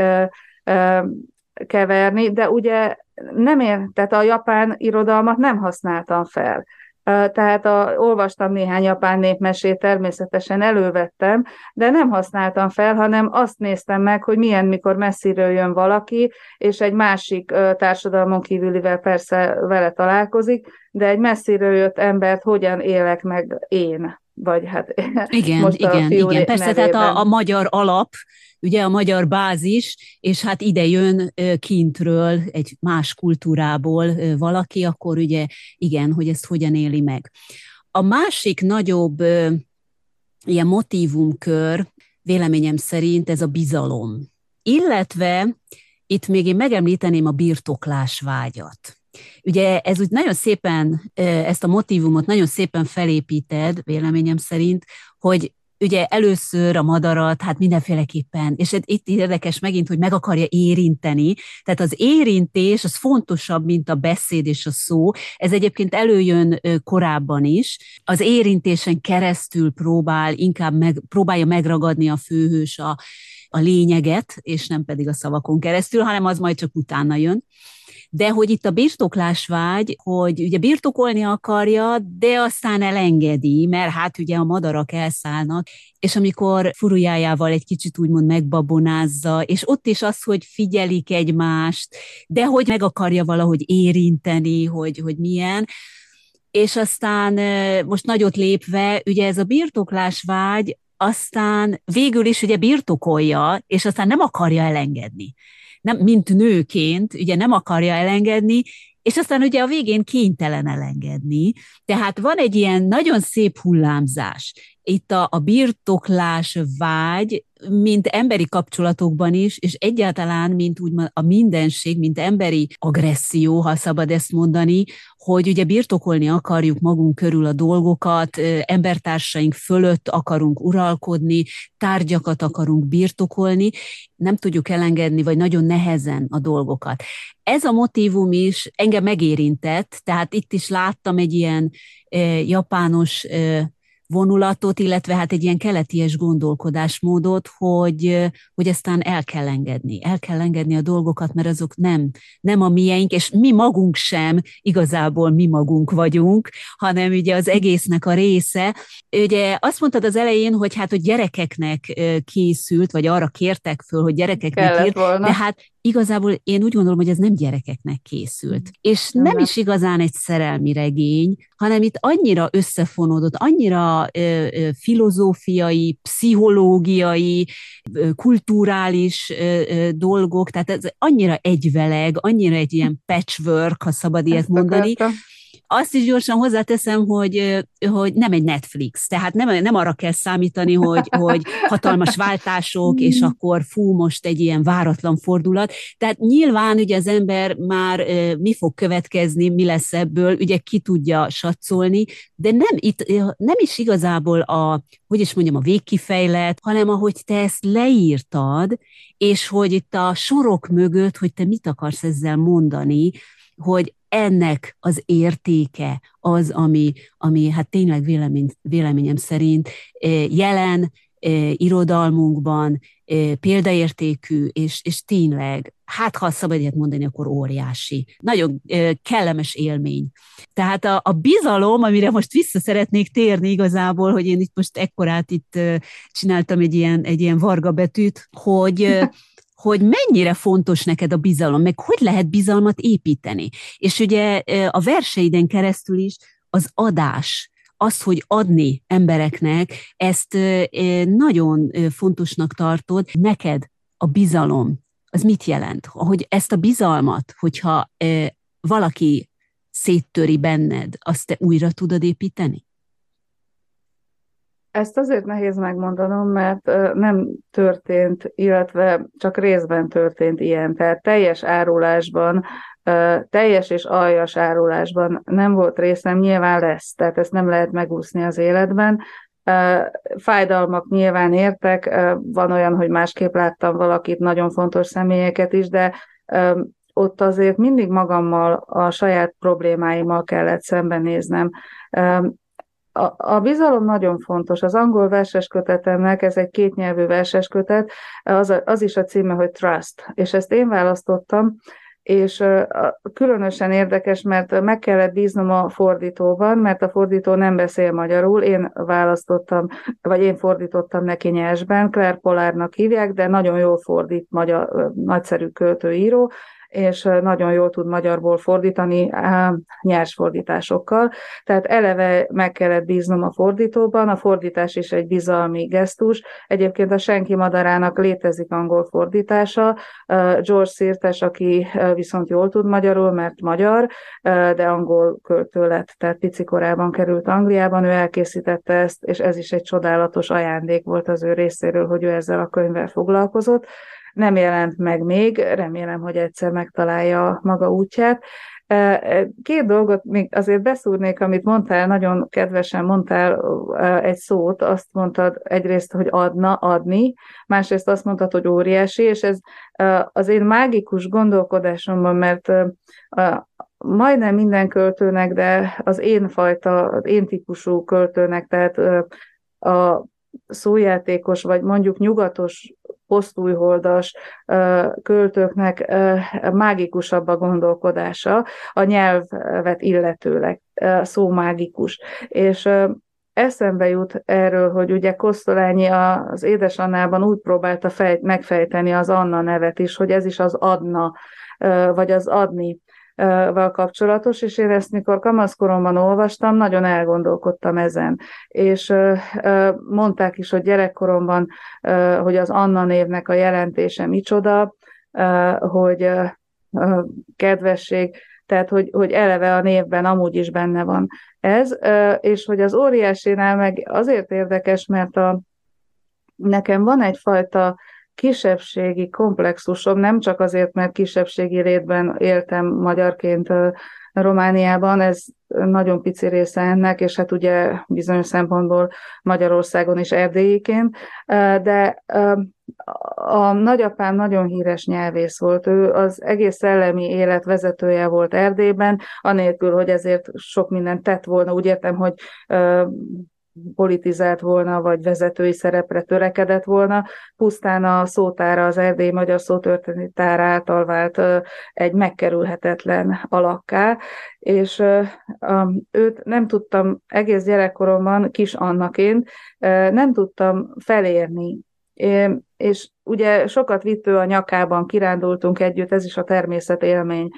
keverni, de ugye tehát a japán irodalmat nem használtam fel. Tehát olvastam néhány japán népmesét, természetesen elővettem, de nem használtam fel, hanem azt néztem meg, hogy milyen, mikor messziről jön valaki, és egy másik társadalmon kívülivel persze vele találkozik, de egy messziről jött embert hogyan élek meg én, vagy hát igen, most igen, a fiú igen. Persze, nevében. tehát a magyar alap, ugye a magyar bázis, és hát ide jön kintről, egy más kultúrából valaki, akkor ugye igen, hogy ezt hogyan éli meg. A másik nagyobb ilyen motívumkör, véleményem szerint ez a bizalom. Illetve itt még én megemlíteném a birtoklásvágyat. Ugye ez úgy nagyon szépen, ezt a motívumot nagyon szépen felépíted, véleményem szerint, hogy ugye először a madarat, hát mindenféleképpen, és itt érdekes megint, hogy meg akarja érinteni, tehát az érintés az fontosabb, mint a beszéd és a szó, ez egyébként előjön korábban is, az érintésen keresztül próbálja megragadni a főhős a lényeget, és nem pedig a szavakon keresztül, hanem az majd csak utána jön. De hogy itt a birtoklásvágy, hogy ugye birtokolni akarja, de aztán elengedi, mert hát ugye a madarak elszállnak, és amikor furujájával egy kicsit úgymond megbabonázza, és ott is az, hogy figyelik egymást, de hogy meg akarja valahogy érinteni, hogy milyen, és aztán most nagyot lépve, ugye ez a birtoklásvágy aztán végül is ugye birtokolja, és aztán nem akarja elengedni. Nem, mint nőként, ugye nem akarja elengedni, és aztán ugye a végén kénytelen elengedni. Tehát van egy ilyen nagyon szép hullámzás. Itt a birtoklás vágy, mint emberi kapcsolatokban is, és egyáltalán, mint úgymond a mindenség, mint emberi agresszió, ha szabad ezt mondani, hogy ugye birtokolni akarjuk magunk körül a dolgokat, embertársaink fölött akarunk uralkodni, tárgyakat akarunk birtokolni, nem tudjuk elengedni, vagy nagyon nehezen a dolgokat. Ez a motívum is engem megérintett, tehát itt is láttam egy ilyen japános vonulatot, illetve hát egy ilyen keleties gondolkodásmódot, hogy aztán el kell engedni a dolgokat, mert azok nem a miénk, és mi magunk sem igazából mi magunk vagyunk, hanem ugye az egésznek a része. Ugye azt mondtad az elején, hogy hát, hogy gyerekeknek készült, vagy arra kértek föl, hogy gyerekeknek írt, de hát igazából én úgy gondolom, hogy ez nem gyerekeknek készült. És nem is igazán egy szerelmi regény, hanem itt annyira összefonódott, annyira filozófiai, pszichológiai, kulturális dolgok, tehát ez annyira egyveleg, annyira egy ilyen patchwork, ha szabad ilyet mondani. Azt is gyorsan hozzáteszem, hogy nem egy Netflix, tehát nem arra kell számítani, hogy hatalmas váltások, és akkor most egy ilyen váratlan fordulat. Tehát nyilván ugye az ember már mi fog következni, mi lesz ebből, ugye ki tudja satszolni, de nem is igazából a végkifejlet, hanem ahogy te ezt leírtad, és hogy itt a sorok mögött, hogy te mit akarsz ezzel mondani, hogy ennek az értéke az, ami hát tényleg véleményem szerint jelen, irodalmunkban példaértékű, és tényleg, hát ha szabad ilyet mondani, akkor óriási. Nagyon kellemes élmény. Tehát a bizalom, amire most vissza szeretnék térni igazából, hogy én itt most ekkorát csináltam egy ilyen varga betűt, hogy mennyire fontos neked a bizalom, meg hogy lehet bizalmat építeni. És ugye a verseiden keresztül is az adás, az, hogy adni embereknek, ezt nagyon fontosnak tartod. Neked a bizalom, az mit jelent? Hogy ezt a bizalmat, hogyha valaki széttöri benned, azt te újra tudod építeni? Ezt azért nehéz megmondanom, mert nem történt, illetve csak részben történt ilyen. Tehát teljes árulásban, teljes és aljas árulásban nem volt részem, nyilván lesz, tehát ezt nem lehet megúszni az életben. Fájdalmak nyilván értek, van olyan, hogy másképp láttam valakit, nagyon fontos személyeket is, de ott azért mindig magammal, a saját problémáimmal kellett szembenéznem. A bizalom nagyon fontos. Az angol verseskötetemnek, ez egy kétnyelvű verseskötet, az is a címe, hogy Trust, és ezt én választottam, és különösen érdekes, mert meg kellett bíznom a fordítóban, mert a fordító nem beszél magyarul, én választottam, vagy én fordítottam neki nyelvben, Claire Pollárnak hívják, de nagyon jól fordít, magyar, nagyszerű költőíró, és nagyon jól tud magyarból fordítani nyersfordításokkal. Tehát eleve meg kellett bíznom a fordítóban, a fordítás is egy bizalmi gesztus. Egyébként a Senki madarának létezik angol fordítása, George Sirtes, aki viszont jól tud magyarul, mert magyar, de angol költő lett, tehát pici korában került Angliában, ő elkészítette ezt, és ez is egy csodálatos ajándék volt az ő részéről, hogy ő ezzel a könyvvel foglalkozott. Nem jelent meg még, remélem, hogy egyszer megtalálja a maga útját. Két dolgot még azért beszúrnék, amit mondtál, nagyon kedvesen mondtál egy szót, azt mondtad egyrészt, hogy adni, másrészt azt mondtad, hogy óriási, és ez az én mágikus gondolkodásomban, mert majdnem minden költőnek, de az én típusú költőnek, tehát a szójátékos, vagy mondjuk nyugatos, posztújholdas költőknek mágikusabb a gondolkodása, a nyelvet illetőleg, szó mágikus. És eszembe jut erről, hogy ugye Kosztolányi az Édesannában úgy próbálta megfejteni az Anna nevet is, hogy ez is az adna, vagy az adni val kapcsolatos, és én ezt mikor kamaszkoromban olvastam, nagyon elgondolkodtam ezen. És mondták is, hogy gyerekkoromban, hogy az Anna névnek a jelentése micsoda, hogy kedvesség, tehát hogy eleve a névben amúgy is benne van ez, és hogy az óriásinál meg azért érdekes, mert nekem van egyfajta kisebbségi komplexusom, nem csak azért, mert kisebbségi létben éltem magyarként Romániában, ez nagyon pici része ennek, és hát ugye bizonyos szempontból Magyarországon is erdélyiként, de a nagyapám nagyon híres nyelvész volt, ő az egész szellemi élet vezetője volt Erdélyben, anélkül, hogy ezért sok mindent tett volna, úgy értem, hogy politizált volna, vagy vezetői szerepre törekedett volna, pusztán a szótára, az erdélyi magyar szótörténeti tár által vált egy megkerülhetetlen alakká, és őt nem tudtam egész gyerekkoromban, kis Annaként, nem tudtam felérni. És ugye sokat vitt ő a nyakában, kirándultunk együtt, ez is a természetélmény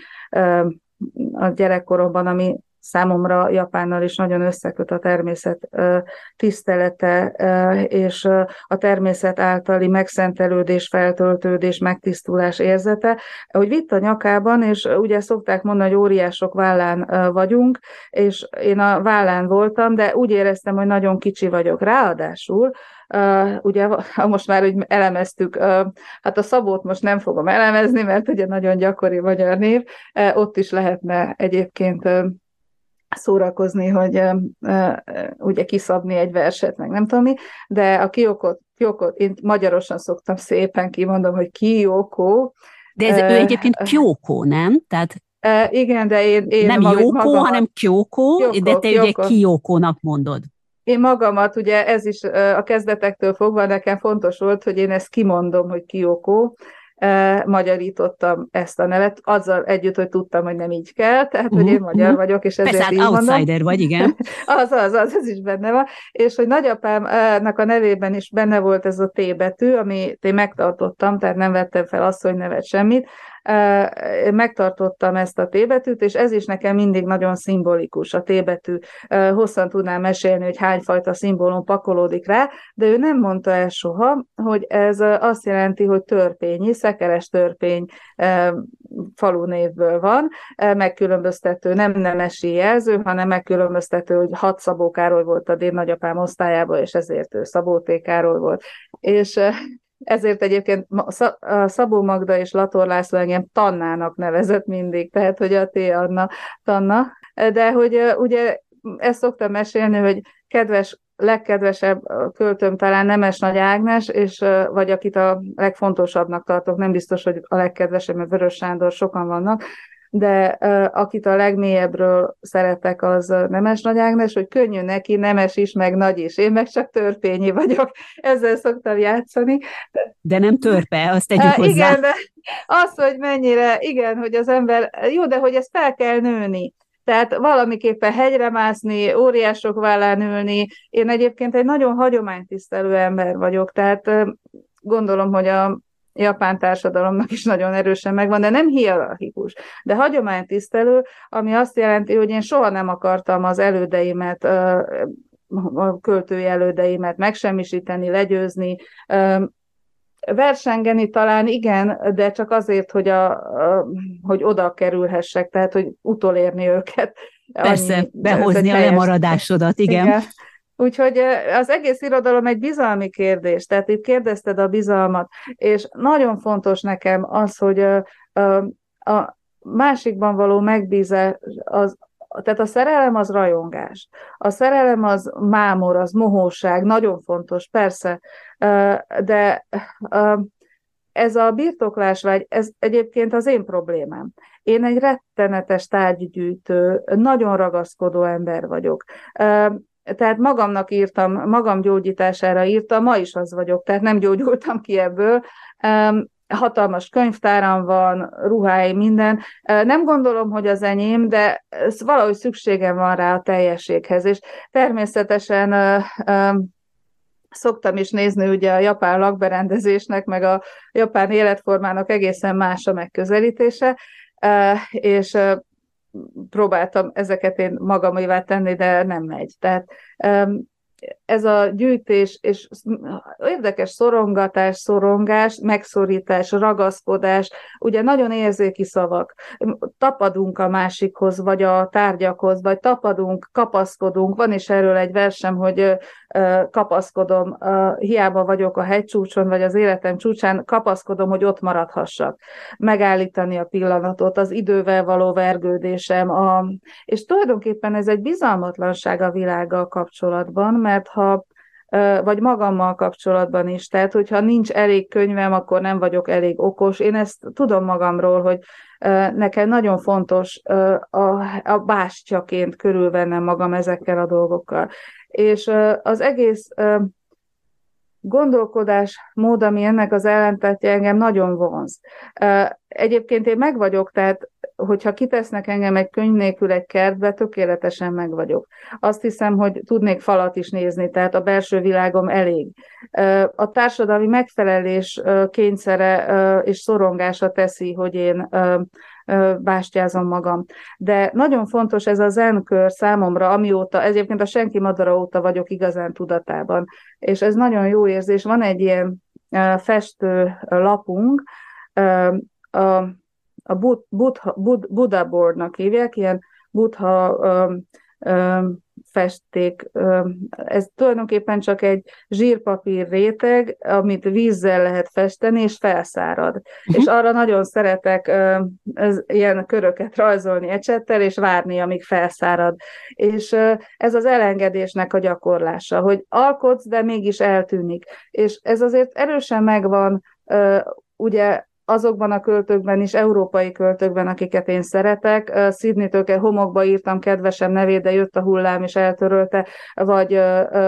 a gyerekkoromban, ami számomra Japánnal is nagyon összeköt a természet tisztelete, és a természet általi megszentelődés, feltöltődés, megtisztulás érzete, hogy vitt a nyakában, és ugye szokták mondani, hogy óriások vállán vagyunk, és én a vállán voltam, de úgy éreztem, hogy nagyon kicsi vagyok. Ráadásul, ugye most már úgy elemeztük, hát a Szabót most nem fogom elemezni, mert ugye nagyon gyakori magyar név, ott is lehetne egyébként szórakozni, hogy ugye kiszabni egy verset, meg nem tudom mi, de a Kyokót én magyarosan szoktam szépen kimondom, hogy Kyoko. De ő egyébként Kyoko, nem? Tehát igen, de én nem Jóko, hanem Kyoko, de te ugye Kyokónak mondod. én magamat, ugye ez is a kezdetektől fogva nekem fontos volt, hogy én ezt kimondom, hogy Kyoko, magyarítottam ezt a nevet, azzal együtt, hogy tudtam, hogy nem így kell, tehát, hogy én magyar vagyok, és ezért persze, így hát mondom. outsider vagy, igen. Az is benne van, és hogy nagyapámnak a nevében is benne volt ez a T betű, amit én megtartottam, tehát nem vettem fel asszony nevet, semmit, megtartottam ezt a T betűt, és ez is nekem mindig nagyon szimbolikus, a T betű. Hosszan tudnám mesélni, hogy hányfajta szimbólum pakolódik rá, de ő nem mondta el soha, hogy ez azt jelenti, hogy törpényi, szekeres törpény falunévből van, megkülönböztető, nem nemesi jelző, hanem megkülönböztető, hogy 6 Szabó Károly volt a dédnagyapám osztályában, és ezért ő Szabó T. Károly volt. És ezért egyébként Szabó Magda és Lator László engem Tannának nevezett mindig, tehát hogy a T. Anna, Tanna. De hogy ugye ezt szoktam mesélni, hogy legkedvesebb költőm talán Nemes Nagy Ágnes, és, vagy akit a legfontosabbnak tartok, nem biztos, hogy a legkedvesebb, mert Vörös Sándor, sokan vannak, de akit a legmélyebbről szeretek, az Nemes Nagy Ágnes, hogy könnyű neki, nemes is, meg nagy is. Én meg csak törpényi vagyok, ezzel szoktam játszani. De nem törpe, azt tegyük hozzá. Igen, de az, hogy mennyire, igen, hogy az ember, jó, de hogy ezt fel kell nőni. Tehát valamiképpen hegyre mászni, óriások vállán ülni. Én egyébként egy nagyon hagyománytisztelő ember vagyok, tehát gondolom, hogy a japán társadalomnak is nagyon erősen megvan, de nem hierarchikus, de hagyománytisztelő, ami azt jelenti, hogy én soha nem akartam az elődeimet, a költői elődeimet megsemmisíteni, legyőzni, versengeni talán igen, de csak azért, hogy oda kerülhessek, tehát hogy utolérni őket. Persze, annyi, behozni a lemaradásodat, igen. Úgyhogy az egész irodalom egy bizalmi kérdés, tehát itt kérdezted a bizalmat, és nagyon fontos nekem az, hogy a másikban való megbízás, tehát a szerelem az rajongás, a szerelem az mámor, az mohóság, nagyon fontos, persze, de ez a birtoklásvágy, ez egyébként az én problémám. Én egy rettenetes tárgygyűjtő, nagyon ragaszkodó ember vagyok. Tehát magamnak írtam, magam gyógyítására írtam, ma is az vagyok, tehát nem gyógyultam ki ebből. Hatalmas könyvtáram van, ruháim, minden. Nem gondolom, hogy az enyém, de valahogy szükségem van rá a teljességhez, és természetesen szoktam is nézni ugye a japán lakberendezésnek, meg a japán életformának egészen más a megközelítése, és próbáltam ezeket én magamévá tenni, de nem megy. Tehát ez a gyűjtés és érdekes szorongás, megszorítás, ragaszkodás, ugye nagyon érzéki szavak. Tapadunk a másikhoz, vagy a tárgyakhoz, vagy tapadunk, kapaszkodunk. Van is erről egy versem, hogy kapaszkodom, hiába vagyok a hegycsúcson, vagy az életem csúcsán, kapaszkodom, hogy ott maradhassak. Megállítani a pillanatot, az idővel való vergődésem. És tulajdonképpen ez egy bizalmatlanság a világgal kapcsolatban, mert vagy magammal kapcsolatban is, tehát hogyha nincs elég könyvem, akkor nem vagyok elég okos. Én ezt tudom magamról, hogy nekem nagyon fontos a bástyaként körülvennem magam ezekkel a dolgokkal. És az egész gondolkodásmód, ami ennek az ellentetje, engem nagyon vonz. Egyébként én meg vagyok, tehát hogyha kitesznek engem egy könyv nélkül egy kertbe, tökéletesen meg vagyok. Azt hiszem, hogy tudnék falat is nézni, tehát a belső világom elég. A társadalmi megfelelés kényszere és szorongása teszi, hogy én bástyázom magam. De nagyon fontos ez a zenkör számomra, amióta, egyébként a Senki Madara óta vagyok igazán tudatában. És ez nagyon jó érzés. Van egy ilyen festő lapunk, a Buddha boardnak hívják, ilyen Buddha festék. Ez tulajdonképpen csak egy zsírpapír réteg, amit vízzel lehet festeni, és felszárad. És arra nagyon szeretek ilyen köröket rajzolni ecsettel, és várni, amíg felszárad. És ez az elengedésnek a gyakorlása, hogy alkotsz, de mégis eltűnik. És ez azért erősen megvan, ugye, azokban a költőkben is, európai költőkben, akiket én szeretek. Sydney-től homokba írtam kedvesem nevét, de jött a hullám és eltörölte, vagy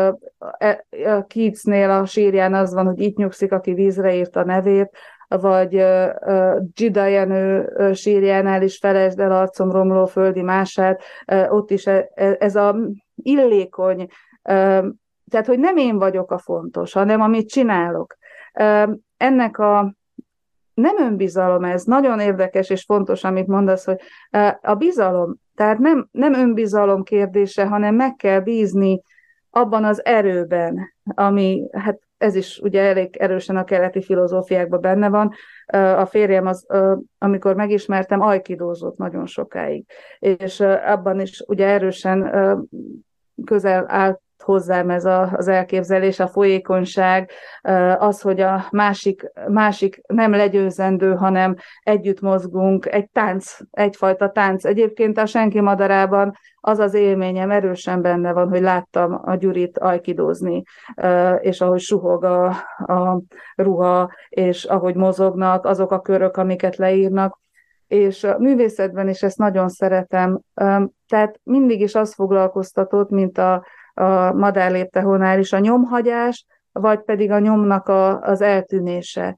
Keatsnél a sírján az van, hogy itt nyugszik, aki vízre írta a nevét, vagy Gida Jenő sírjánál is felejtsd el arcom romló földi mását, ott is ez a illékony, tehát, hogy nem én vagyok a fontos, hanem amit csinálok. Ennek nem önbizalom ez, nagyon érdekes és fontos, amit mondasz, hogy a bizalom, tehát nem önbizalom kérdése, hanem meg kell bízni abban az erőben, ami, hát ez is ugye elég erősen a keleti filozófiákban benne van. A férjem amikor megismertem, ajkidózott nagyon sokáig, és abban is ugye erősen közel állt hozzám ez az elképzelés, a folyékonyság, az, hogy a másik nem legyőzendő, hanem együtt mozgunk, egy tánc, egyfajta tánc. Egyébként a Senki madarában az az élményem erősen benne van, hogy láttam a Gyurit ajkidózni, és ahogy suhog a ruha, és ahogy mozognak azok a körök, amiket leírnak, és a művészetben is ezt nagyon szeretem. Tehát mindig is az foglalkoztatott, mint a madárléptehónál is, a nyomhagyás, vagy pedig a nyomnak az eltűnése.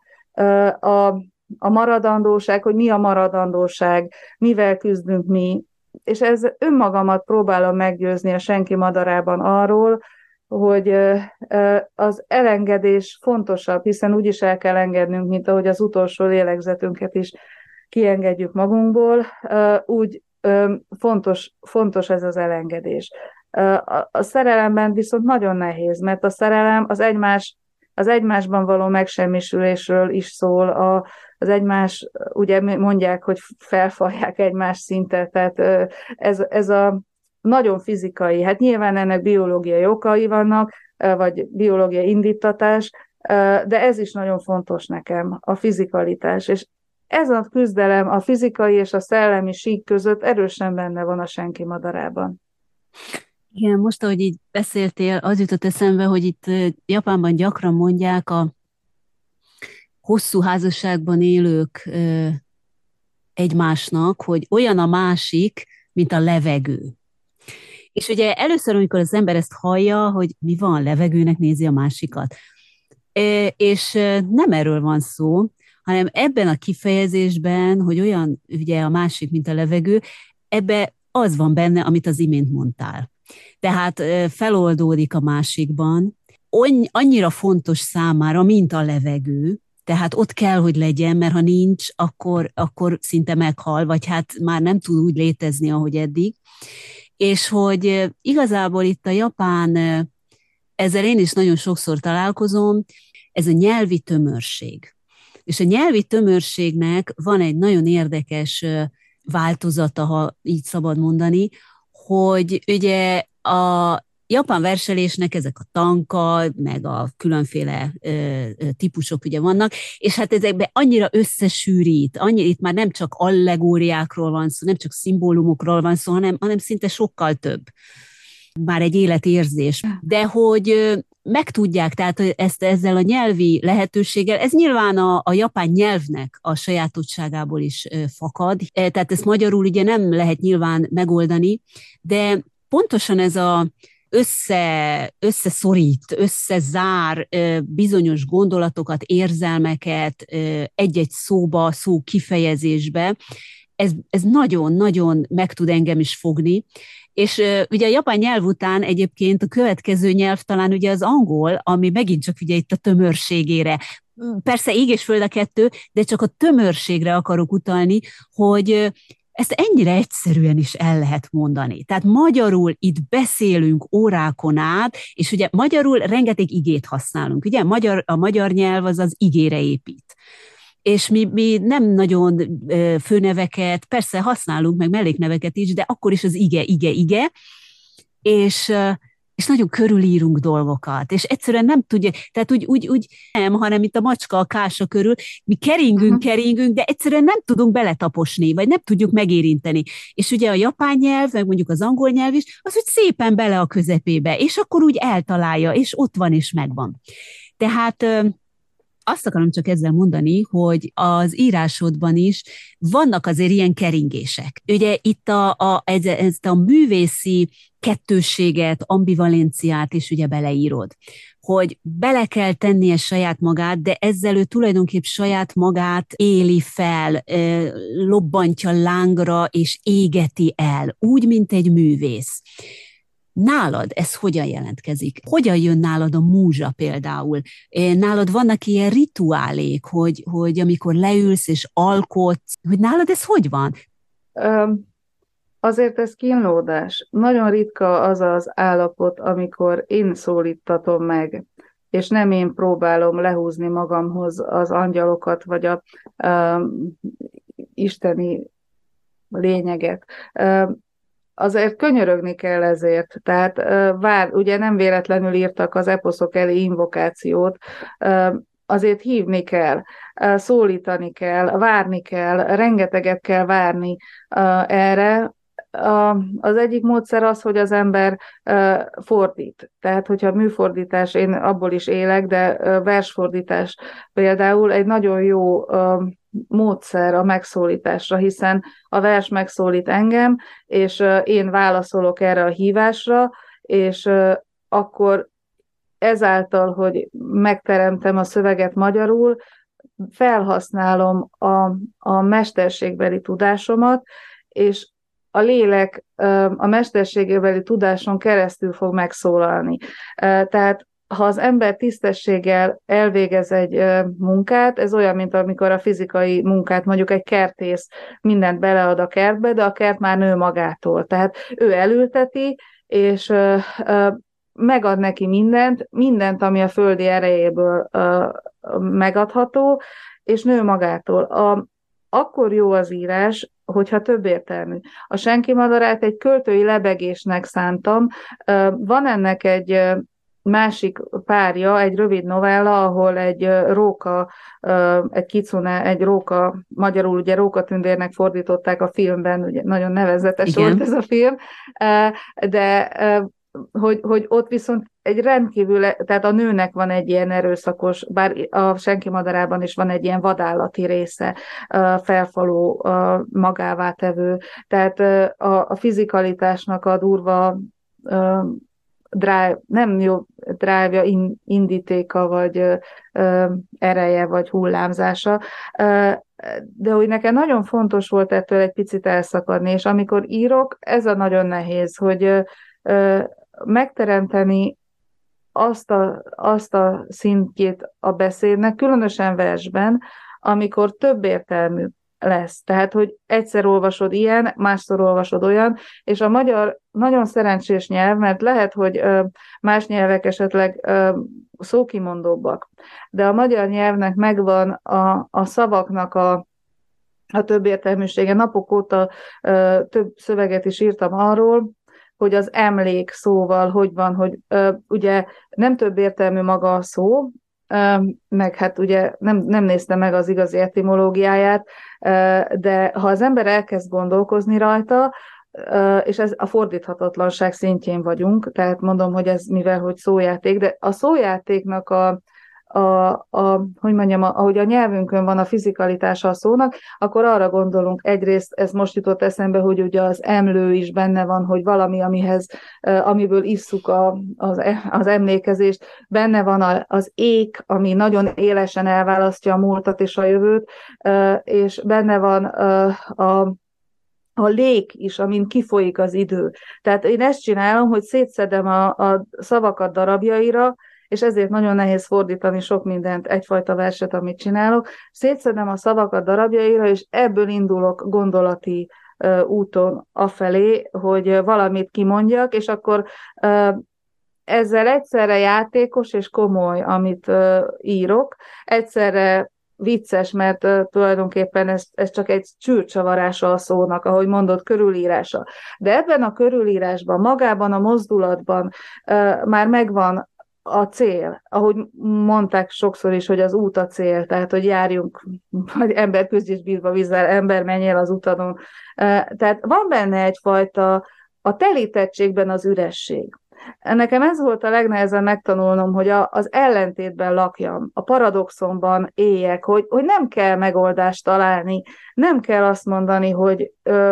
A maradandóság, hogy mi a maradandóság, mivel küzdünk mi, és ez önmagamat próbálom meggyőzni a Senki madarában arról, hogy az elengedés fontosabb, hiszen úgyis el kell engednünk, mint ahogy az utolsó lélegzetünket is kiengedjük magunkból, úgy fontos ez az elengedés. A szerelemben viszont nagyon nehéz, mert a szerelem az egymásban való megsemmisülésről is szól, az egymás, ugye mondják, hogy felfalják egymás szintet, tehát ez a nagyon fizikai, hát nyilván ennek biológiai okai vannak, vagy biológiai indítatás, de ez is nagyon fontos nekem, a fizikalitás, és ez a küzdelem a fizikai és a szellemi sík között erősen benne van a Senki madarában. Igen, most, ahogy így beszéltél, az jutott eszembe, hogy itt Japánban gyakran mondják a hosszú házasságban élők egymásnak, hogy olyan a másik, mint a levegő. És ugye először, amikor az ember ezt hallja, hogy mi van, levegőnek nézi a másikat. És nem erről van szó, hanem ebben a kifejezésben, hogy olyan ugye a másik, mint a levegő, ebbe az van benne, amit az imént mondtál. Tehát feloldódik a másikban, annyira fontos számára, mint a levegő, tehát ott kell, hogy legyen, mert ha nincs, akkor szinte meghal, vagy hát már nem tud úgy létezni, ahogy eddig. És hogy igazából itt a japán, ezzel én is nagyon sokszor találkozom, ez a nyelvi tömörség. És a nyelvi tömörségnek van egy nagyon érdekes változata, ha így szabad mondani, hogy ugye a japán verselésnek ezek a tanka, meg a különféle típusok ugye vannak, és hát ezekben annyira összesűrít, itt már nem csak allegóriákról van szó, nem csak szimbólumokról van szó, hanem szinte sokkal több. Már egy életérzés. De hogy megtudják, tehát ezzel a nyelvi lehetőséggel, ez nyilván a japán nyelvnek a sajátosságából is fakad, tehát ezt magyarul ugye nem lehet nyilván megoldani, de pontosan ez a összeszorít, összezár bizonyos gondolatokat, érzelmeket egy-egy szó kifejezésbe, ez nagyon-nagyon meg tud engem is fogni, és ugye a japán nyelv után egyébként a következő nyelv talán ugye az angol, ami megint csak ugye itt a tömörségére. Persze ég és föld a kettő, de csak a tömörségre akarok utalni, hogy ezt ennyire egyszerűen is el lehet mondani. Tehát magyarul itt beszélünk órákon át, és ugye magyarul rengeteg igét használunk. Ugye a magyar nyelv az igére épít. És mi nem nagyon főneveket, persze használunk, meg mellékneveket is, de akkor is az ige, és nagyon körülírunk dolgokat, és egyszerűen nem tudja, tehát úgy nem, hanem itt a macska a kása körül, mi keringünk, de egyszerűen nem tudunk beletaposni, vagy nem tudjuk megérinteni. És ugye a japán nyelv, meg mondjuk az angol nyelv is, az úgy szépen bele a közepébe, és akkor úgy eltalálja, és ott van, és megvan. Tehát Azt akarom csak ezzel mondani, hogy az írásodban is vannak azért ilyen keringések. Ugye itt ezt a művészi kettősséget, ambivalenciát is ugye beleírod, hogy bele kell tennie saját magát, de ezzel ő tulajdonképp saját magát éli fel, lobbantja lángra és égeti el, úgy, mint egy művész. Nálad ez hogyan jelentkezik? Hogyan jön nálad a múzsa például? Nálad vannak ilyen rituálék, hogy amikor leülsz és alkotsz, hogy nálad ez hogy van? Azért ez kínlódás. Nagyon ritka az az állapot, amikor én szólítatom meg, és nem én próbálom lehúzni magamhoz az angyalokat, vagy a isteni lényeget. Azért könyörögni kell ezért. Tehát ugye nem véletlenül írtak az eposzok elé invokációt, azért hívni kell, szólítani kell, várni kell, rengeteget kell várni erre. Az egyik módszer az, hogy az ember fordít. Tehát, hogyha műfordítás, én abból is élek, de versfordítás például egy nagyon jó módszer a megszólításra, hiszen a vers megszólít engem, és én válaszolok erre a hívásra, és akkor ezáltal, hogy megteremtem a szöveget magyarul, felhasználom a mesterségbeli tudásomat, és a lélek a mesterségbeli tudáson keresztül fog megszólalni. Tehát ha az ember tisztességgel elvégez egy munkát, ez olyan, mint amikor a fizikai munkát, mondjuk egy kertész mindent belead a kertbe, de a kert már nő magától. Tehát ő elülteti, és megad neki mindent, ami a földi erejéből megadható, és nő magától. Akkor jó az írás, hogyha többértelmű. A Senki madarát egy költői lebegésnek szántam. Van ennek egy másik párja, egy rövid novella, ahol egy róka, egy kicune, egy róka, magyarul ugye rókatündérnek fordították a filmben, ugye nagyon nevezetes Igen. volt ez a film, de hogy ott viszont egy rendkívül, tehát a nőnek van egy ilyen erőszakos, bár a Senki madarában is van egy ilyen vadállati része, felfaló, magává tevő, tehát a fizikalitásnak a durva nem jó drive-ja, indítéka, vagy ereje, vagy hullámzása, de hogy nekem nagyon fontos volt ettől egy picit elszakadni, és amikor írok, ez a nagyon nehéz, hogy megteremteni azt a szintjét a beszédnek, különösen versben, amikor több értelmű lesz. Tehát, hogy egyszer olvasod ilyen, másszor olvasod olyan, és a magyar nagyon szerencsés nyelv, mert lehet, hogy más nyelvek esetleg szókimondóbbak, de a magyar nyelvnek megvan a szavaknak a több értelműsége. Napok óta több szöveget is írtam arról, hogy az emlék szóval hogy van, hogy ugye nem több értelmű maga a szó, meg hát ugye nem néztem meg az igazi etimológiáját, de ha az ember elkezd gondolkozni rajta, és ez a fordíthatatlanság szintjén vagyunk, tehát mondom, hogy ez mivel, hogy szójáték, de a szójátéknak hogy mondjam, ahogy a nyelvünkön van a fizikalitása a szónak, akkor arra gondolunk, egyrészt ez most jutott eszembe, hogy ugye az emlő is benne van, hogy valami, amiből isszuk az emlékezést, benne van az ék, ami nagyon élesen elválasztja a múltat és a jövőt, és benne van a lég is, amin kifolyik az idő. Tehát én ezt csinálom, hogy szétszedem a szavakat darabjaira, és ezért nagyon nehéz fordítani sok mindent, egyfajta verset, amit csinálok. Szétszedem a szavakat darabjaira, és ebből indulok gondolati úton afelé, hogy valamit kimondjak, és akkor ezzel egyszerre játékos és komoly, amit írok, egyszerre vicces, mert tulajdonképpen ez csak egy csűrcsavarása a szónak, ahogy mondod, körülírása. De ebben a körülírásban, magában a mozdulatban már megvan a cél, ahogy mondták sokszor is, hogy az út a cél, tehát, hogy járjunk, vagy ember küzdés bírva vízzel, ember menjél az utadon. Tehát van benne egyfajta, a telítettségben az üresség. Nekem ez volt a legnehezebb megtanulnom, hogy az ellentétben lakjam, a paradoxonban éljek, hogy nem kell megoldást találni, nem kell azt mondani, hogy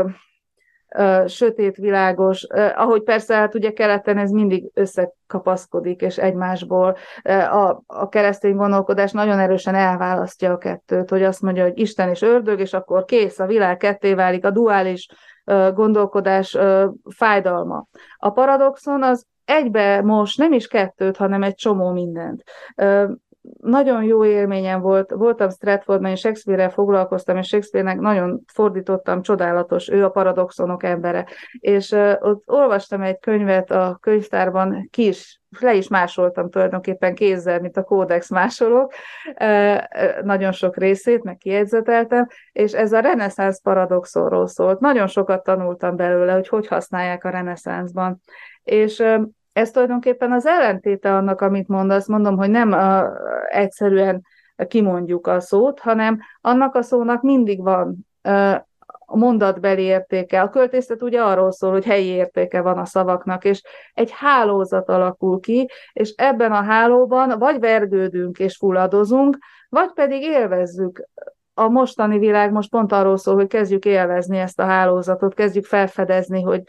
sötét, világos, ahogy persze, hát ugye keleten ez mindig összekapaszkodik, és egymásból a keresztény gondolkodás nagyon erősen elválasztja a kettőt, hogy azt mondja, hogy Isten és ördög, és akkor kész, a világ ketté válik, a duális gondolkodás fájdalma. A paradoxon az egybe most nem is kettőt, hanem egy csomó mindent. Nagyon jó élményem voltam Stratfordban, és Shakespeare-rel foglalkoztam, és Shakespeare-nek nagyon fordítottam, csodálatos, ő a paradoxonok embere. És ott olvastam egy könyvet a könyvtárban, le is másoltam tulajdonképpen kézzel, mint a kódex másolók, nagyon sok részét, meg kijegyzeteltem, és ez a reneszánsz paradoxonról szólt. Nagyon sokat tanultam belőle, hogy használják a reneszánszban. És ez tulajdonképpen az ellentéte annak, amit mondasz. Mondom, hogy nem egyszerűen kimondjuk a szót, hanem annak a szónak mindig van mondatbeli értéke. A költészet ugye arról szól, hogy helyi értéke van a szavaknak, és egy hálózat alakul ki, és ebben a hálóban vagy vergődünk és fulladozunk, vagy pedig élvezzük. A mostani világ most pont arról szól, hogy kezdjük élvezni ezt a hálózatot, kezdjük felfedezni, hogy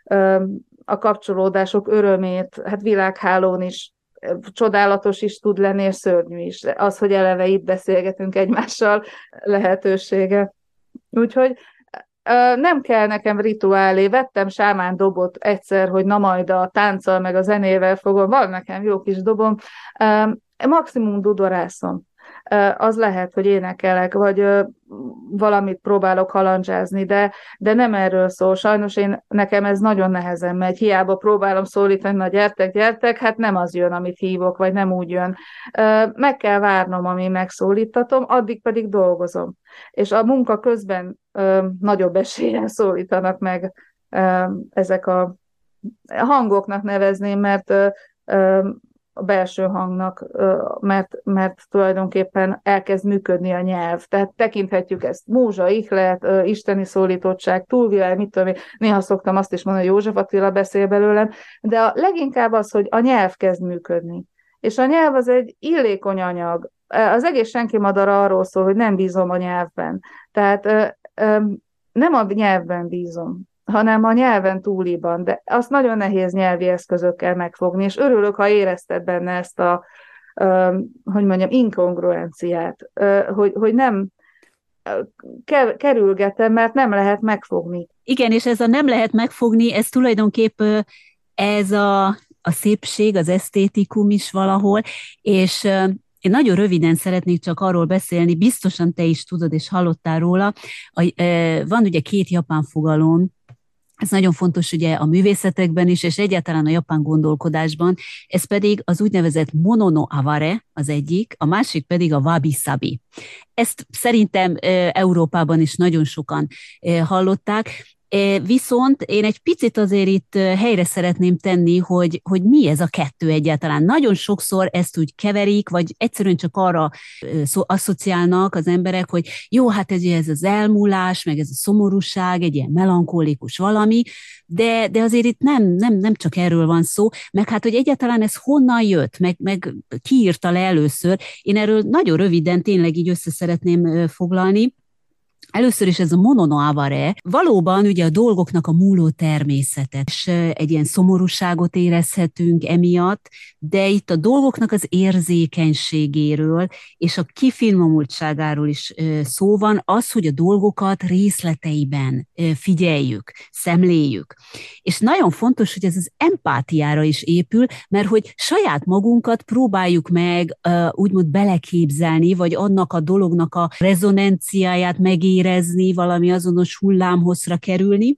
a kapcsolódások örömét, hát világhálón is csodálatos is tud lenni, és szörnyű is. Az, hogy eleve itt beszélgetünk egymással, lehetősége. Úgyhogy nem kell nekem rituálé, vettem sámán dobot egyszer, hogy na majd a tánccal meg a zenével fogom, van nekem jó kis dobom, maximum dudorászom. Az lehet, hogy énekelek, vagy valamit próbálok halandzsázni, de nem erről szól. Sajnos nekem ez nagyon nehezen megy. Hiába próbálom szólítani, na gyertek, hát nem az jön, amit hívok, vagy nem úgy jön. Meg kell várnom, amíg megszólítatom, addig pedig dolgozom. És a munka közben nagyobb esélyen szólítanak meg ezek a hangoknak nevezném, mert a belső hangnak, mert tulajdonképpen elkezd működni a nyelv. Tehát tekinthetjük ezt múzsa, ihlet, isteni szólítottság, túlvilág, mit tudom én. Néha szoktam azt is mondani, hogy József Attila beszél belőlem, de leginkább az, hogy a nyelv kezd működni. És a nyelv az egy illékony anyag. Az egész senki madara arról szól, hogy nem bízom a nyelvben. Tehát nem a nyelvben bízom, hanem a nyelven túliban, de azt nagyon nehéz nyelvi eszközökkel megfogni, és örülök, ha érezted benne ezt a, hogy mondjam, inkongruenciát, hogy nem kerülgetem, mert nem lehet megfogni. Igen, és ez a nem lehet megfogni, ez tulajdonképp ez a szépség, az esztétikum is valahol, és én nagyon röviden szeretnék csak arról beszélni, biztosan te is tudod, és hallottál róla. Van ugye 2 japán fogalom, ez nagyon fontos ugye a művészetekben is, és egyáltalán a japán gondolkodásban, ez pedig az úgynevezett mono no aware az egyik, a másik pedig a wabi-sabi. Ezt szerintem Európában is nagyon sokan hallották, viszont én egy picit azért itt helyre szeretném tenni, hogy mi ez a kettő egyáltalán. Nagyon sokszor ezt úgy keverik, vagy egyszerűen csak arra asszociálnak az emberek, hogy jó, hát ez az elmúlás, meg ez a szomorúság, egy ilyen melankolikus valami, de azért itt nem csak erről van szó, meg hát, hogy egyáltalán ez honnan jött, meg ki írta le először. Én erről nagyon röviden tényleg így össze szeretném foglalni. Először is ez a mono no aware, valóban ugye a dolgoknak a múló természete, és egy ilyen szomorúságot érezhetünk emiatt, de itt a dolgoknak az érzékenységéről és a kifinomultságáról is szó van, az, hogy a dolgokat részleteiben figyeljük, szemléljük. És nagyon fontos, hogy ez az empátiára is épül, mert hogy saját magunkat próbáljuk meg úgymond beleképzelni, vagy annak a dolognak a rezonanciáját megérezni, valami azonos hullámhozra kerülni,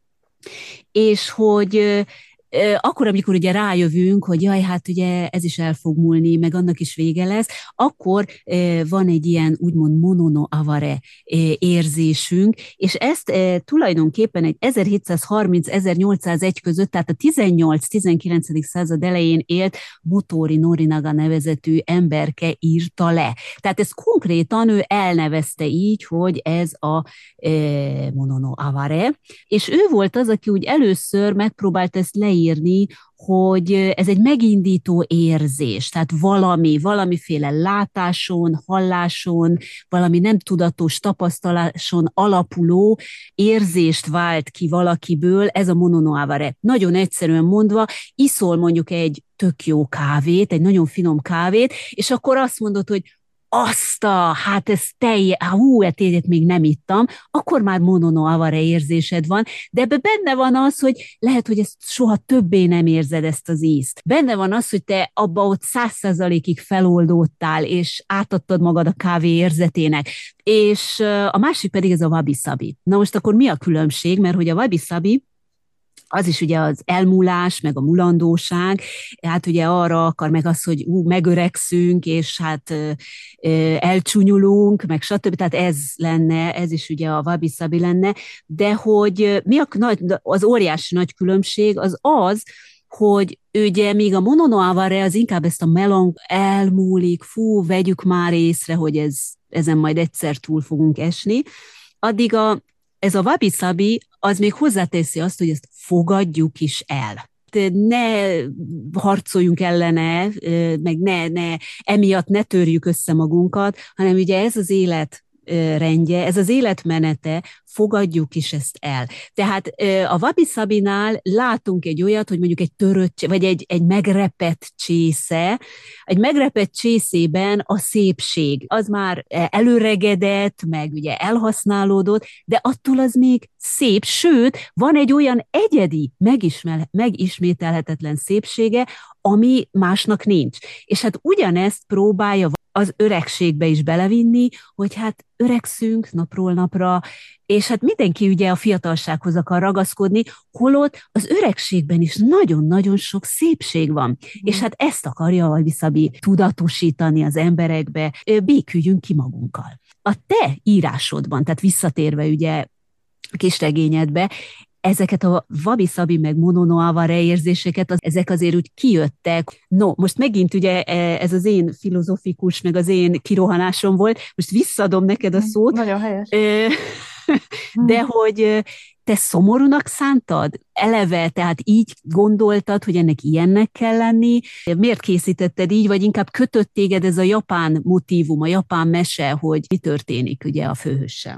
és hogy akkor, amikor ugye rájövünk, hogy jaj, hát ugye ez is el fog múlni, meg annak is vége lesz, akkor van egy ilyen úgymond mono no aware érzésünk, és ezt tulajdonképpen egy 1730-1801 között, tehát a 18-19. század elején élt Motori Norinaga nevezetű emberke írta le. Tehát ez konkrétan ő elnevezte így, hogy ez a mono no aware, és ő volt az, aki úgy először megpróbált ezt leírni leírni, hogy ez egy megindító érzés, tehát valamiféle látáson, halláson, valami nem tudatos tapasztaláson alapuló érzést vált ki valakiből, ez a mononoavare. Nagyon egyszerűen mondva, iszol mondjuk egy tök jó kávét, egy nagyon finom kávét, és akkor azt mondod, hogy hát ez egyet még nem ittam, akkor már mononoavare érzésed van, de ebbe benne van az, hogy lehet, hogy ezt soha többé nem érzed ezt az ízt. Benne van az, hogy te abba ott 100%-ig feloldódtál, és átadtad magad a kávé érzetének. És a másik pedig ez a wabi-sabi. Na most akkor mi a különbség? Mert hogy a wabi-sabi az is ugye az elmúlás, meg a mulandóság, hát ugye arra akar meg az, hogy megöregszünk, és hát elcsúnyulunk, meg stb. Tehát ez is ugye a wabi-sabi lenne, de hogy mi az óriási nagy különbség az, hogy ugye még a mononoavare az inkább ezt a melank elmúlik, vegyük már észre, hogy ezen majd egyszer túl fogunk esni, addig ez a wabi-sabi az még hozzáteszi azt, hogy ezt fogadjuk is el. Ne harcoljunk ellene, meg ne emiatt ne törjük össze magunkat, hanem ugye ez az életrendje, ez az életmenete, fogadjuk is ezt el. Tehát a wabi-sabinál látunk egy olyat, hogy mondjuk egy törött, vagy egy megrepett csésze, egy megrepett csészében a szépség, az már előregedett, meg ugye elhasználódott, de attól az még szép, sőt, van egy olyan egyedi, megismételhetetlen szépsége, ami másnak nincs. És hát ugyanezt próbálja az öregségbe is belevinni, hogy hát öregszünk napról napra, és hát mindenki ugye a fiatalsághoz akar ragaszkodni, holott az öregségben is nagyon-nagyon sok szépség van. És hát ezt akarja a wabi-sabi tudatosítani az emberekbe, béküljünk ki magunkkal. A te írásodban, tehát visszatérve ugye a kisregényedbe, ezeket a wabi-sabi meg mononoavare érzéseket, ezek azért úgy kijöttek. No, most megint ugye ez az én filozofikus, meg az én kirohanásom volt, most visszadom neked a szót. Nagyon helyes. De hogy te szomorúnak szántad? Eleve, tehát így gondoltad, hogy ennek ilyennek kell lenni? Miért készítetted így, vagy inkább kötött téged ez a japán motívum, a japán mese, hogy mi történik ugye a főhőssel?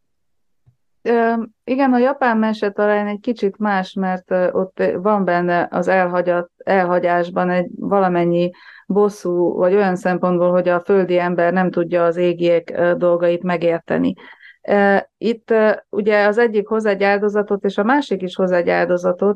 Igen, a japán mese talán egy kicsit más, mert ott van benne az elhagyásban egy valamennyi bosszú, vagy olyan szempontból, hogy a földi ember nem tudja az égiek dolgait megérteni. Itt ugye az egyik hoz egy áldozatot, és a másik is hoz egy áldozatot,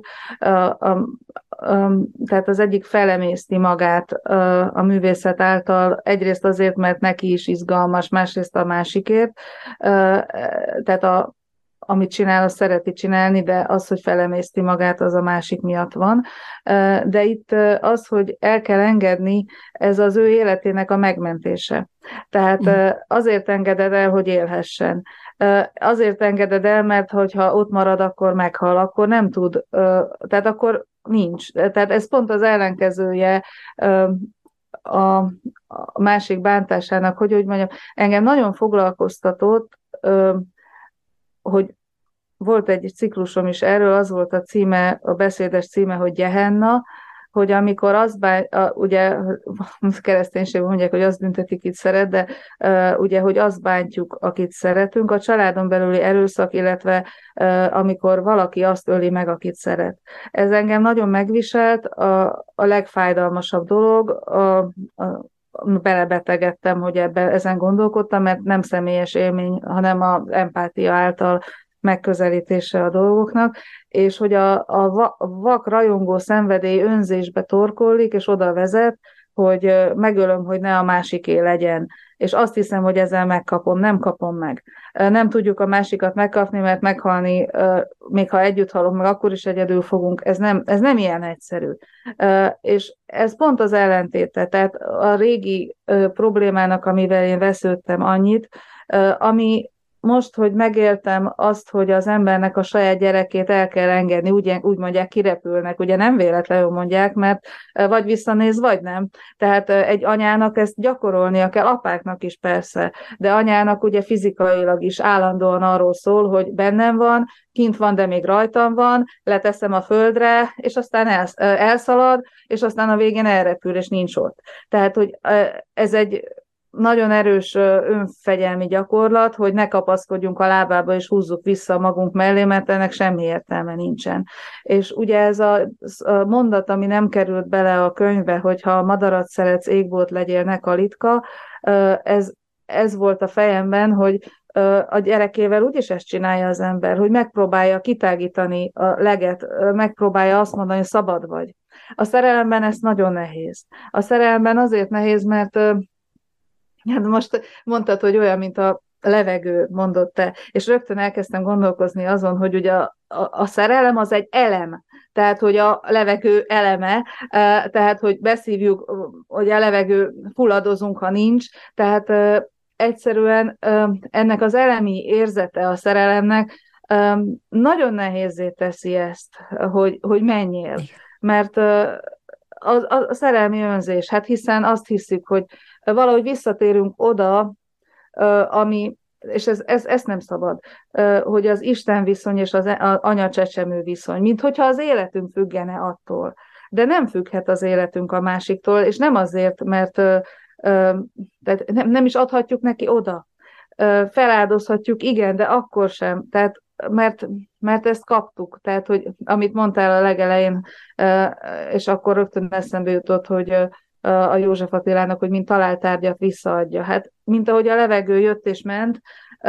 tehát az egyik felemészti magát a művészet által, egyrészt azért, mert neki is izgalmas, másrészt a másikért, tehát amit csinál, azt szereti csinálni, de az, hogy felemészti magát, az a másik miatt van. De itt az, hogy el kell engedni, ez az ő életének a megmentése. Tehát azért engeded el, hogy élhessen. Azért engeded el, mert hogyha ott marad, akkor meghal, akkor nem tud, tehát akkor nincs. Tehát ez pont az ellenkezője a másik bántásának, hogy mondjam, engem nagyon foglalkoztatott, hogy volt egy ciklusom is erről, az volt a címe, a beszédes címe, hogy Gehenna, hogy amikor ugye kereszténységben mondják, hogy azt büntetik, akit szeret, de ugye, hogy azt bántjuk, akit szeretünk, a családon belüli erőszak, illetve amikor valaki azt öli meg, akit szeret. Ez engem nagyon megviselt, a legfájdalmasabb dolog, belebetegedtem, hogy ezen gondolkodtam, mert nem személyes élmény, hanem az empátia által megközelítése a dolgoknak, és hogy a vak rajongó szenvedély önzésbe torkollik, és oda vezet, hogy megölöm, hogy ne a másiké legyen. És azt hiszem, hogy ezzel megkapom, nem kapom meg. Nem tudjuk a másikat megkapni, mert meghalni, még ha együtt halunk, meg akkor is egyedül fogunk, ez nem ilyen egyszerű. És ez pont az ellentéte, tehát a régi problémának, amivel én vesződtem annyit, ami most, hogy megéltem azt, hogy az embernek a saját gyerekét el kell engedni, úgy mondják, kirepülnek, ugye nem véletlenül mondják, mert vagy visszanéz, vagy nem. Tehát egy anyának ezt gyakorolnia kell, apáknak is persze, de anyának ugye fizikailag is állandóan arról szól, hogy bennem van, kint van, de még rajtam van, leteszem a földre, és aztán elszalad, és aztán a végén elrepül, és nincs ott. Tehát, hogy ez egy nagyon erős önfegyelmi gyakorlat, hogy ne kapaszkodjunk a lábába és húzzuk vissza magunk mellé, mert ennek semmi értelme nincsen. És ugye ez a mondat, ami nem került bele a könyvbe, hogy ha madarat szeretsz, égbolt legyél, ne kalitka, ez volt a fejemben, hogy a gyerekével úgyis ezt csinálja az ember, hogy megpróbálja kitágítani a leget, megpróbálja azt mondani, hogy szabad vagy. A szerelemben ez nagyon nehéz. A szerelemben azért nehéz, mert hát most mondtad, hogy olyan, mint a levegő, mondott te, és rögtön elkezdtem gondolkozni azon, hogy ugye a szerelem az egy elem, tehát, hogy a levegő eleme, tehát, hogy beszívjuk, hogy a levegő fulladozunk, ha nincs, tehát egyszerűen ennek az elemi érzete a szerelemnek nagyon nehézzé teszi ezt, hogy menjél, mert a szerelmi önzés, hát hiszen azt hiszük, hogy valahogy visszatérünk oda, ami, és ezt nem szabad, hogy az Isten viszony és az anya-csecsemő viszony, mint hogyha az életünk függene attól. De nem függhet az életünk a másiktól, és nem azért, mert tehát nem is adhatjuk neki oda. Feláldozhatjuk, igen, de akkor sem. Tehát mert ezt kaptuk, tehát, hogy amit mondtál a legelején, és akkor rögtön eszembe jutott, hogy a József Attilának, hogy mint találtárgyat visszaadja. Hát, mint ahogy a levegő jött és ment,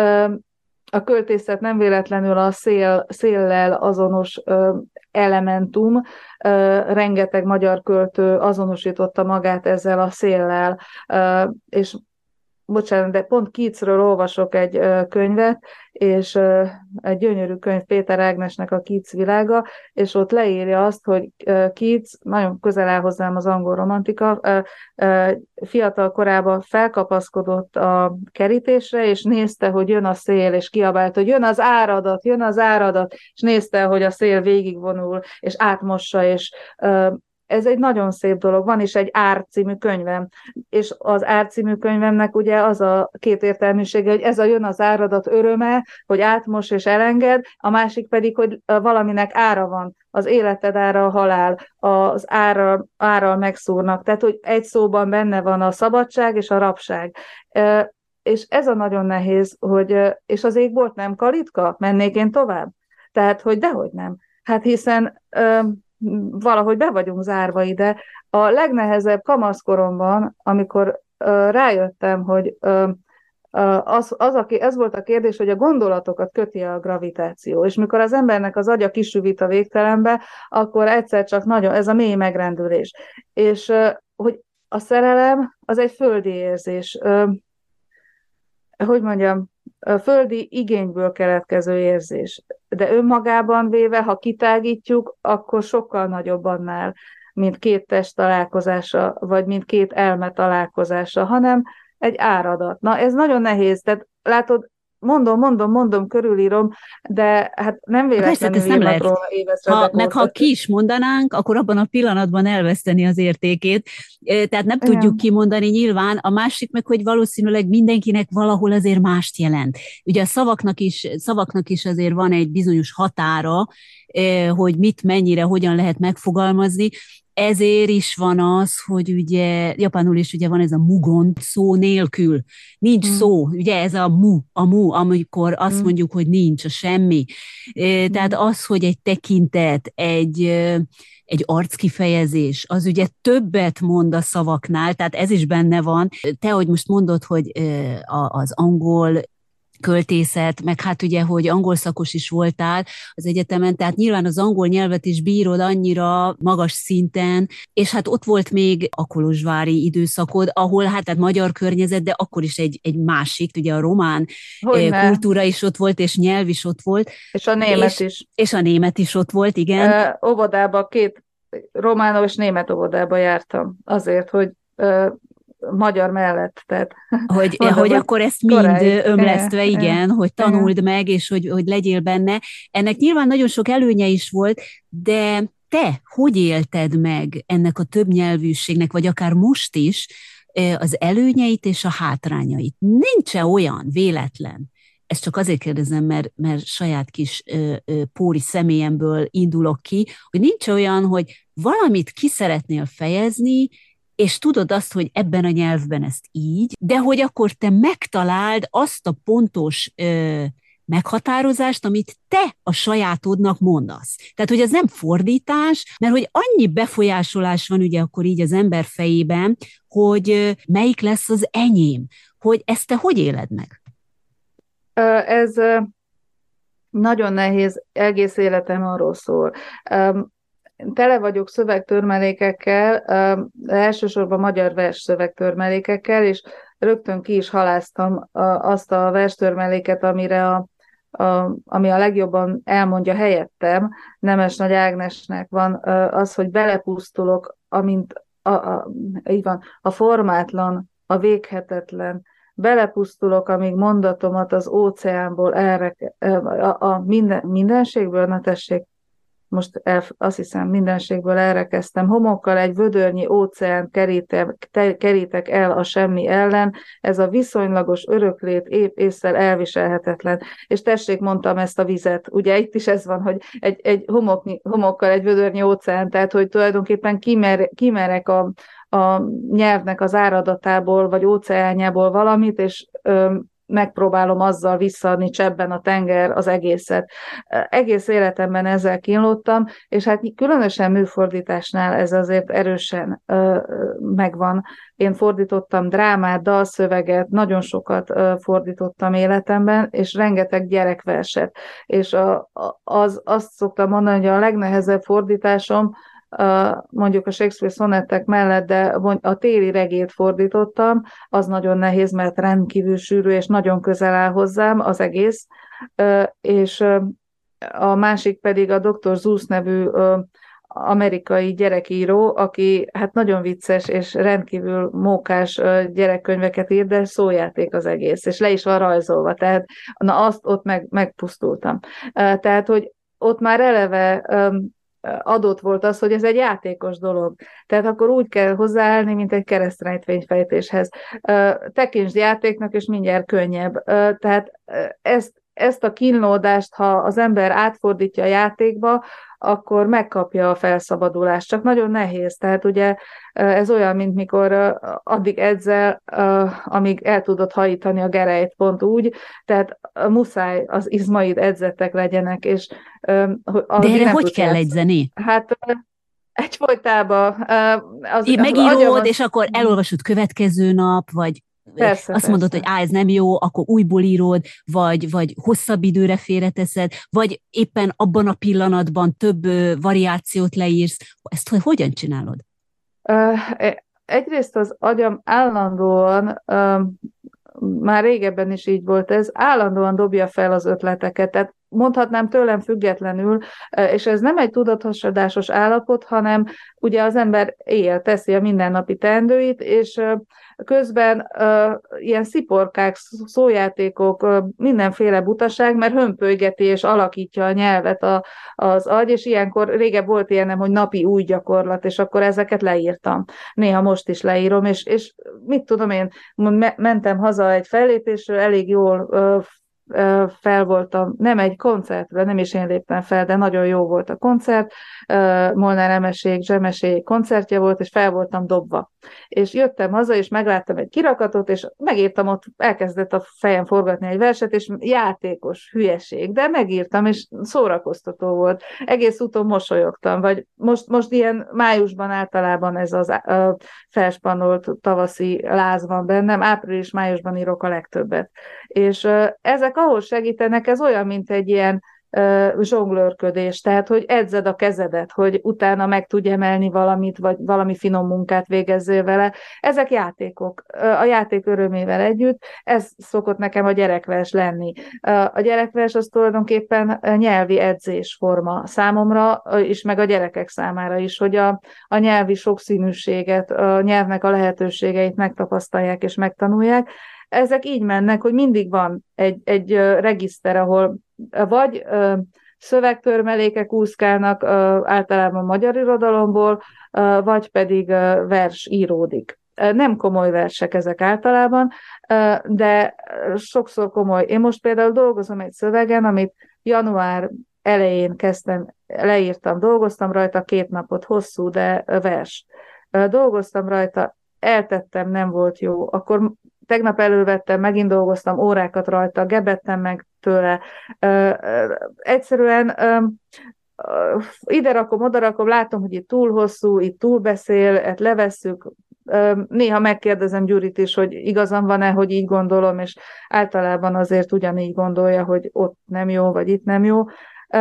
a költészet nem véletlenül a széllel azonos elementum, rengeteg magyar költő azonosította magát ezzel a széllel, és bocsánat, de pont Keatsről olvasok egy könyvet, és egy gyönyörű könyv Péter Ágnesnek a Keats világa, és ott leírja azt, hogy Keats, nagyon közel áll hozzám az angol romantika, fiatal korában felkapaszkodott a kerítésre, és nézte, hogy jön a szél, és kiabált, hogy jön az áradat, és nézte, hogy a szél végigvonul, és átmossa, és ez egy nagyon szép dolog. Van is egy Ár című könyvem, és az Ár című könyvemnek ugye az a kétértelműsége, hogy ez a jön az áradat öröme, hogy átmos és elenged, a másik pedig, hogy valaminek ára van. Az életed ára a halál, az árral megszúrnak. Tehát, hogy egy szóban benne van a szabadság és a rabság. És ez a nagyon nehéz, hogy és az égbolt nem kalitka? Mennék én tovább? Tehát, hogy dehogy nem. Hát hiszen valahogy be vagyunk zárva ide. A legnehezebb kamaszkoromban, amikor rájöttem, hogy ez volt a kérdés, hogy a gondolatokat köti a gravitáció, és mikor az embernek az agya kisüvít a végtelenbe, akkor egyszer csak nagyon, ez a mély megrendülés. És hogy a szerelem az egy földi érzés. Hogy mondjam, a földi igényből keletkező érzés. De önmagában véve, ha kitágítjuk, akkor sokkal nagyobb annál, mint két test találkozása, vagy mint két elme találkozása, hanem egy áradat. Na, ez nagyon nehéz, tehát látod, mondom, körülírom, de hát nem véletlenül nem lehet. Róla éveszredek Ha ki is mondanánk, akkor abban a pillanatban elveszteni az értékét. Tehát nem tudjuk kimondani nyilván. A másik meg, hogy valószínűleg mindenkinek valahol azért mást jelent. Ugye a szavaknak is azért van egy bizonyos határa, hogy mit, mennyire, hogyan lehet megfogalmazni. Ezért is van az, hogy ugye japánul is ugye van ez a mugon szó nélkül. Nincs szó, ugye ez a mu, amikor azt mondjuk, hogy nincs a semmi. Tehát az, hogy egy tekintet, egy arckifejezés, az ugye többet mond a szavaknál, tehát ez is benne van. Te, hogy most mondod, hogy az angol költészet, meg hát ugye, hogy angol szakos is voltál az egyetemen, tehát nyilván az angol nyelvet is bírod annyira magas szinten, és hát ott volt még a kolozsvári időszakod, ahol hát tehát magyar környezet, de akkor is egy másik, ugye a román kultúra is ott volt, és nyelv is ott volt. És a német is. És a német is ott volt, igen. Óvodába, 2 román és német óvodába jártam, azért, hogy magyar mellett. Tehát mondom, Hogy akkor ezt mind koráig. ömlesztve, igen, hogy Igen. tanuld meg, és hogy legyél benne. Ennek nyilván nagyon sok előnye is volt, de te hogy élted meg ennek a többnyelvűségnek, vagy akár most is az előnyeit és a hátrányait? Nincs-e olyan véletlen? Ezt csak azért kérdezem, mert saját kis póri személyemből indulok ki, hogy nincs olyan, hogy valamit ki szeretnél fejezni, és tudod azt, hogy ebben a nyelvben ezt így, de hogy akkor te megtaláld azt a pontos meghatározást, amit te a sajátodnak mondasz. Tehát, hogy ez nem fordítás, mert hogy annyi befolyásolás van ugye akkor így az ember fejében, hogy melyik lesz az enyém, hogy ezt te hogy éled meg? Ez nagyon nehéz, egész életem arról szól. Tele vagyok szövegtörmelékekkel, elsősorban magyar vers szövegtörmelékekkel, és rögtön ki is haláztam azt a verstörmeléket, ami a legjobban elmondja helyettem. Nemes Nagy Ágnesnek van az, hogy belepusztulok, amint így van, a formátlan, a véghetetlen, belepusztulok, amíg mondatomat az óceánból a mindenségből, na tessék, most azt hiszem mindenségből elrekeztem, homokkal egy vödörnyi óceán kerítek el a semmi ellen, ez a viszonylagos öröklét épp ésszel elviselhetetlen. És tessék, mondtam ezt a vizet, ugye itt is ez van, hogy egy homokkal egy vödörnyi óceán, tehát hogy tulajdonképpen kimerek a nyelvnek az áradatából, vagy óceánjából valamit, és megpróbálom azzal visszaadni csebben a tenger az egészet. Egész életemben ezzel kínlódtam, és hát különösen műfordításnál ez azért erősen megvan. Én fordítottam drámát, dalszöveget, nagyon sokat fordítottam életemben, és rengeteg gyerekverset. És azt szoktam mondani, hogy a legnehezebb fordításom, mondjuk a Shakespeare szonettek mellett, de a téli regét fordítottam, az nagyon nehéz, mert rendkívül sűrű, és nagyon közel áll hozzám az egész, és a másik pedig a Dr. Seuss nevű amerikai gyerekíró, aki hát nagyon vicces és rendkívül mókás gyerekkönyveket ír, de szójáték az egész, és le is van rajzolva, tehát azt ott megpusztultam. Tehát, hogy ott már eleve adott volt az, hogy ez egy játékos dolog. Tehát akkor úgy kell hozzáállni, mint egy keresztrejtvényfejtéshez. Tekintsd játéknak, és mindjárt könnyebb. Tehát ezt a kínlódást, ha az ember átfordítja a játékba, akkor megkapja a felszabadulást. Csak nagyon nehéz. Tehát ugye ez olyan, mint mikor addig edzel, amíg el tudod hajítani a gerelyt, pont úgy. Tehát muszáj az izmaid edzettek legyenek. És, de erre hogy kell edzeni? Hát egyfolytában megírod, és akkor elolvasod következő nap, vagy azt mondod, hogy ez nem jó, akkor újból írod, vagy hosszabb időre félreteszed, vagy éppen abban a pillanatban több variációt leírsz. Ezt hogyan csinálod? Egyrészt az agyam állandóan, már régebben is így volt ez, állandóan dobja fel az ötleteket, tehát mondhatnám tőlem függetlenül, és ez nem egy tudathasadásos állapot, hanem ugye az ember teszi a mindennapi teendőit, és közben ilyen sziporkák, szójátékok, mindenféle butaság, mert hömpölygeti és alakítja a nyelvet az agy, és ilyenkor régebb volt ilyenem, hogy napi új gyakorlat, és akkor ezeket leírtam. Néha most is leírom, és mit tudom én, mentem haza egy fellépésről, elég jól fel voltam, nem egy koncertre, nem is én léptem fel, de nagyon jó volt a koncert, Molnár Emesék, Zsemesék koncertje volt, és fel voltam dobva. És jöttem haza, és megláttam egy kirakatot, és megírtam ott, elkezdett a fejem forgatni egy verset, és játékos hülyeség, de megírtam, és szórakoztató volt. Egész úton mosolyogtam, vagy most ilyen májusban általában ez az felspannolt tavaszi láz van bennem, április-májusban írok a legtöbbet. És ezek ahhoz segítenek, ez olyan, mint egy ilyen zsonglőrködés, tehát hogy edzed a kezedet, hogy utána meg tudj emelni valamit, vagy valami finom munkát végezzél vele. Ezek játékok, a játék örömével együtt, ez szokott nekem a gyerekvers lenni. A gyerekvers az tulajdonképpen nyelvi edzésforma számomra, és meg a gyerekek számára is, hogy a nyelvi sokszínűséget, a nyelvnek a lehetőségeit megtapasztalják és megtanulják. Ezek így mennek, hogy mindig van egy regiszter, ahol vagy szövegtörmelékek úszkálnak, általában magyar irodalomból, vagy pedig vers íródik. Nem komoly versek ezek általában, de sokszor komoly. Én most például dolgozom egy szövegen, amit január elején leírtam, dolgoztam rajta 2 napot, hosszú, de vers. Dolgoztam rajta, eltettem, nem volt jó. Akkor tegnap elővettem, megint dolgoztam órákat rajta, gebettem meg tőle. Egyszerűen ide rakom, oda rakom, látom, hogy itt túl hosszú, itt túl beszél, ezt levesszük. Néha megkérdezem Gyurit is, hogy igazam van-e, hogy így gondolom, és általában azért ugyanígy gondolja, hogy ott nem jó, vagy itt nem jó.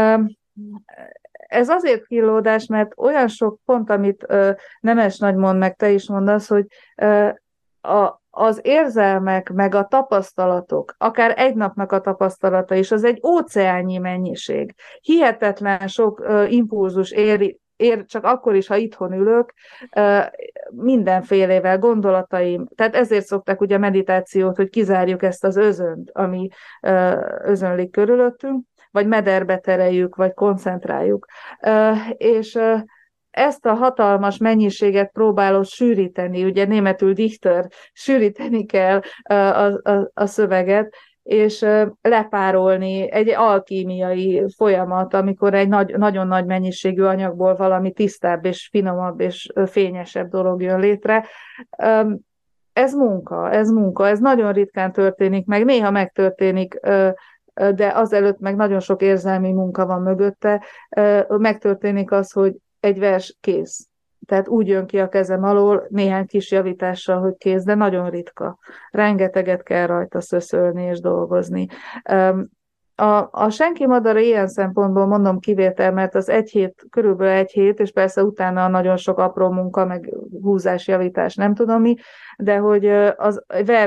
Ez azért kínlódás, mert olyan sok pont, amit Nemes Nagy mond, meg te is mondasz, hogy az érzelmek, meg a tapasztalatok, akár egy napnak a tapasztalata is, az egy óceánnyi mennyiség. Hihetetlen sok impulzus ér csak akkor is, ha itthon ülök, mindenfélevel, gondolataim. Tehát ezért szokták ugye a meditációt, hogy kizárjuk ezt az özönt, ami özönlik körülöttünk, vagy mederbe tereljük, vagy koncentráljuk. És ezt a hatalmas mennyiséget próbálod sűríteni, ugye németül Dichter, sűríteni kell a szöveget, és lepárolni, egy alkímiai folyamat, amikor egy nagyon nagy mennyiségű anyagból valami tisztább és finomabb és fényesebb dolog jön létre. Ez munka, ez nagyon ritkán történik meg, néha megtörténik, de azelőtt meg nagyon sok érzelmi munka van mögötte. Megtörténik az, hogy egy vers kész. Tehát úgy jön ki a kezem alól, néhány kis javítással, hogy kész, de nagyon ritka. Rengeteget kell rajta szöszölni és dolgozni. A senki madara ilyen szempontból mondom kivétel, mert az körülbelül egy hét, és persze utána nagyon sok apró munka, meg húzás, javítás, nem tudom mi, de hogy az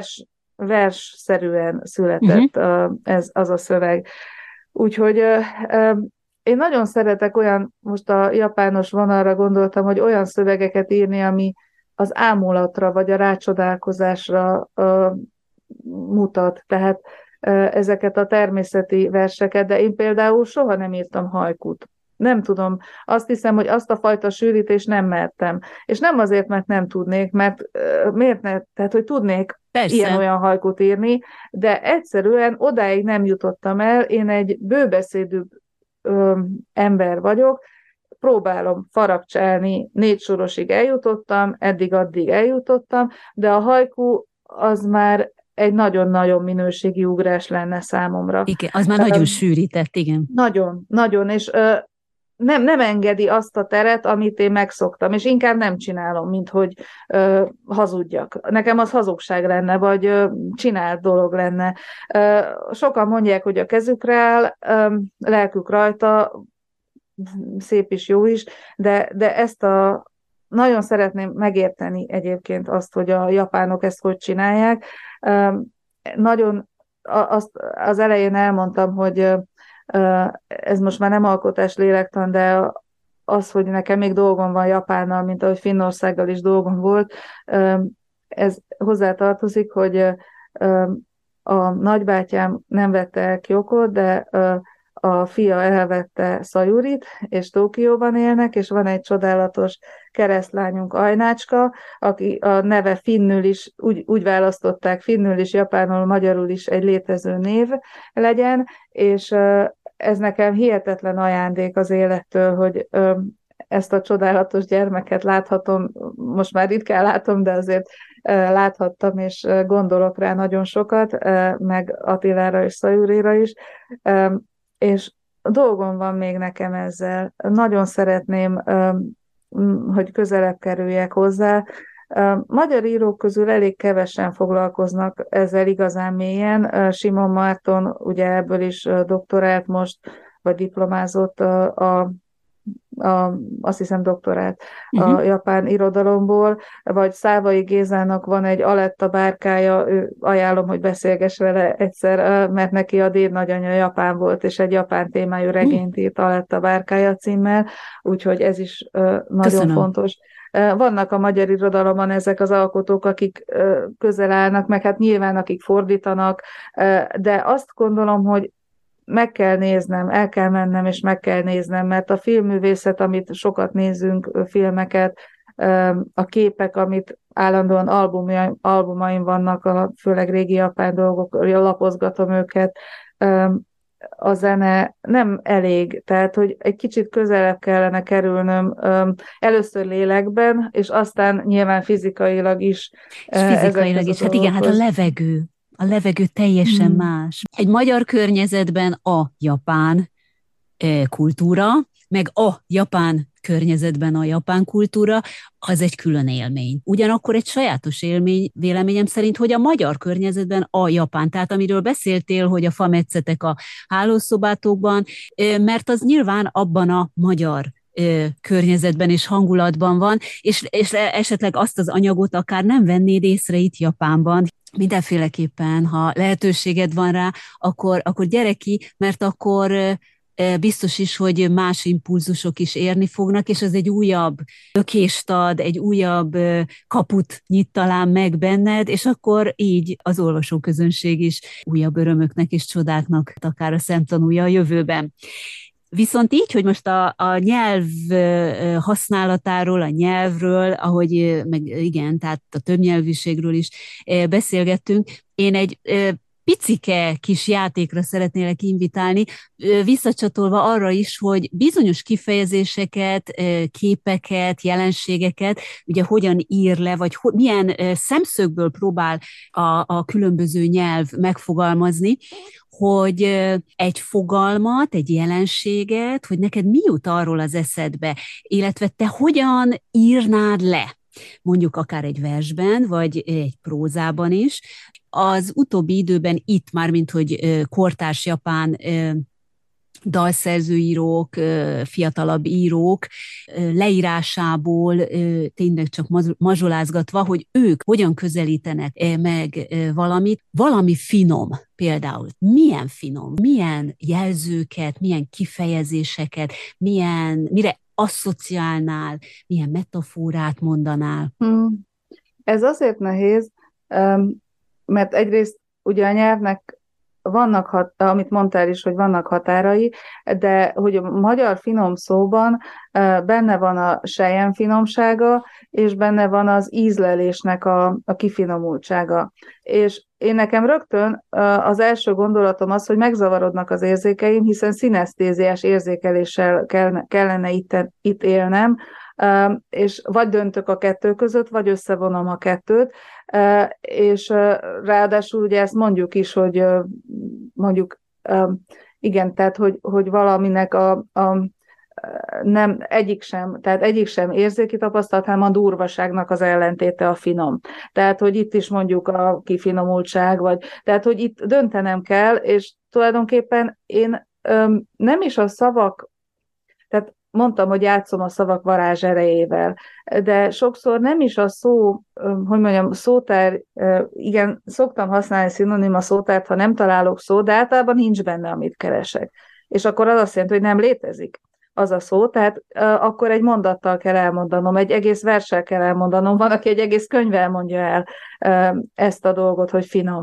versszerűen született az a szöveg. Úgyhogy én nagyon szeretek most a japános vonalra gondoltam, hogy olyan szövegeket írni, ami az ámulatra vagy a rácsodálkozásra mutat, tehát ezeket a természeti verseket, de én például soha nem írtam hajkut. Nem tudom, azt hiszem, hogy azt a fajta sűrítést nem mertem. És nem azért, mert nem tudnék, mert miért ne, tehát, hogy tudnék ilyen-olyan hajkut írni, de egyszerűen odáig nem jutottam el, én egy bőbeszédű ember vagyok, próbálom faragcsálni, 4 sorosig eljutottam, eddig-addig eljutottam, de a haiku az már egy nagyon-nagyon minőségi ugrás lenne számomra. Igen, az már nagyon sűrített, igen. Nagyon, nagyon, és nem engedi azt a teret, amit én megszoktam, és inkább nem csinálom, mint hogy hazudjak. Nekem az hazugság lenne, vagy csinált dolog lenne. Sokan mondják, hogy a kezükre áll, lelkük rajta, szép is, jó is, de ezt nagyon szeretném megérteni egyébként azt, hogy a japánok ezt hogy csinálják. Nagyon az elején elmondtam, hogy ez most már nem alkotás lélektan, de az, hogy nekem még dolgom van Japánnal, mint ahogy Finnországgal is dolgom volt, ez hozzátartozik, hogy a nagybátyám nem vette el Kyokot, de a fia elvette Sajurit, és Tokióban élnek, és van egy csodálatos keresztlányunk, Ajnácska, aki a neve finnül is, úgy választották, finnül is, japánul, magyarul is egy létező név legyen, és ez nekem hihetetlen ajándék az élettől, hogy ezt a csodálatos gyermeket láthatom, most már ritkán látom, de azért láthattam, és gondolok rá nagyon sokat, meg Attilára és Szajurira is, és dolgom van még nekem ezzel. Nagyon szeretném, hogy közelebb kerüljek hozzá. Magyar írók közül elég kevesen foglalkoznak ezzel igazán mélyen. Simon Márton ugye ebből is doktorált most, vagy diplomázott azt hiszem doktorát Uh-huh. a japán irodalomból, vagy Szávai Gézának van egy Aletta bárkája, ajánlom, hogy beszélgess vele egyszer, mert neki a dédnagyanyja japán volt, és egy japán témájú regényt írt Aletta bárkája címmel, úgyhogy ez is nagyon Köszönöm. fontos. Vannak a magyar irodalomban ezek az alkotók, akik közel állnak, meg hát nyilván akik fordítanak, de azt gondolom, hogy meg kell néznem, el kell mennem, és meg kell néznem, mert a filmművészet, amit sokat nézünk, filmeket, a képek, amit állandóan albumaim vannak, főleg régi japán dolgok, lapozgatom őket, a zene nem elég, tehát, hogy egy kicsit közelebb kellene kerülnöm, először lélekben, és aztán nyilván fizikailag is És fizikailag ezekhez a is, hát igen, hát a levegő. A levegő teljesen más. Egy magyar környezetben a japán kultúra, meg a japán környezetben a japán kultúra, az egy külön élmény. Ugyanakkor egy sajátos élmény, véleményem szerint, hogy a magyar környezetben a japán, tehát amiről beszéltél, hogy a fametszetek a hálószobátokban, mert az nyilván abban a magyar környezetben és hangulatban van, és esetleg azt az anyagot akár nem vennéd észre itt Japánban. Mindenféleképpen, ha lehetőséged van rá, akkor gyere ki, mert akkor biztos is, hogy más impulzusok is érni fognak, és ez egy újabb lökést ad, egy újabb kaput nyit talán meg benned, és akkor így az olvasóközönség is újabb örömöknek és csodáknak akár a szemtanúja a jövőben. Viszont így, hogy most a nyelv használatáról, a nyelvről, ahogy meg igen, tehát a többnyelvűségről is beszélgettünk, én egy picike kis játékra szeretnélek invitálni, visszacsatolva arra is, hogy bizonyos kifejezéseket, képeket, jelenségeket, ugye hogyan ír le, vagy milyen szemszögből próbál a különböző nyelv megfogalmazni, hogy egy fogalmat, egy jelenséget, hogy neked mi jut arról az eszedbe, illetve te hogyan írnád le, mondjuk akár egy versben, vagy egy prózában is. Az utóbbi időben itt már, mint hogy kortárs japán dalszerzőírók, fiatalabb írók leírásából tényleg csak mazsolázgatva, hogy ők hogyan közelítenek meg valamit, valami finom például. Milyen finom, milyen jelzőket, milyen kifejezéseket, mire asszociálnál, milyen metaforát mondanál? Ez azért nehéz, mert egyrészt ugye a nyelvnek vannak, amit mondtál is, hogy vannak határai, de hogy a magyar finom szóban benne van a selyem finomsága, és benne van az ízlelésnek a kifinomultsága. És én nekem rögtön az első gondolatom az, hogy megzavarodnak az érzékeim, hiszen szinesztéziás érzékeléssel kellene itt élnem, és vagy döntök a kettő között, vagy összevonom a kettőt, és ráadásul ugye ezt mondjuk is, hogy mondjuk igen, tehát hogy valaminek nem egyik sem érzéki tapasztalat, hanem a durvaságnak az ellentéte a finom. Tehát, hogy itt is mondjuk a kifinomultság, tehát, hogy itt döntenem kell, és tulajdonképpen én nem is a szavak, tehát mondtam, hogy játszom a szavak varázs erejével, de sokszor nem is a szó, hogy mondjam, szótár, igen, szoktam használni szinonima szótárt, ha nem találok szót, de általában nincs benne, amit keresek. És akkor az azt jelenti, hogy nem létezik az a szó, tehát akkor egy mondattal kell elmondanom, egy egész verssel kell elmondanom, van, aki egy egész könyvvel mondja el ezt a dolgot, hogy finom.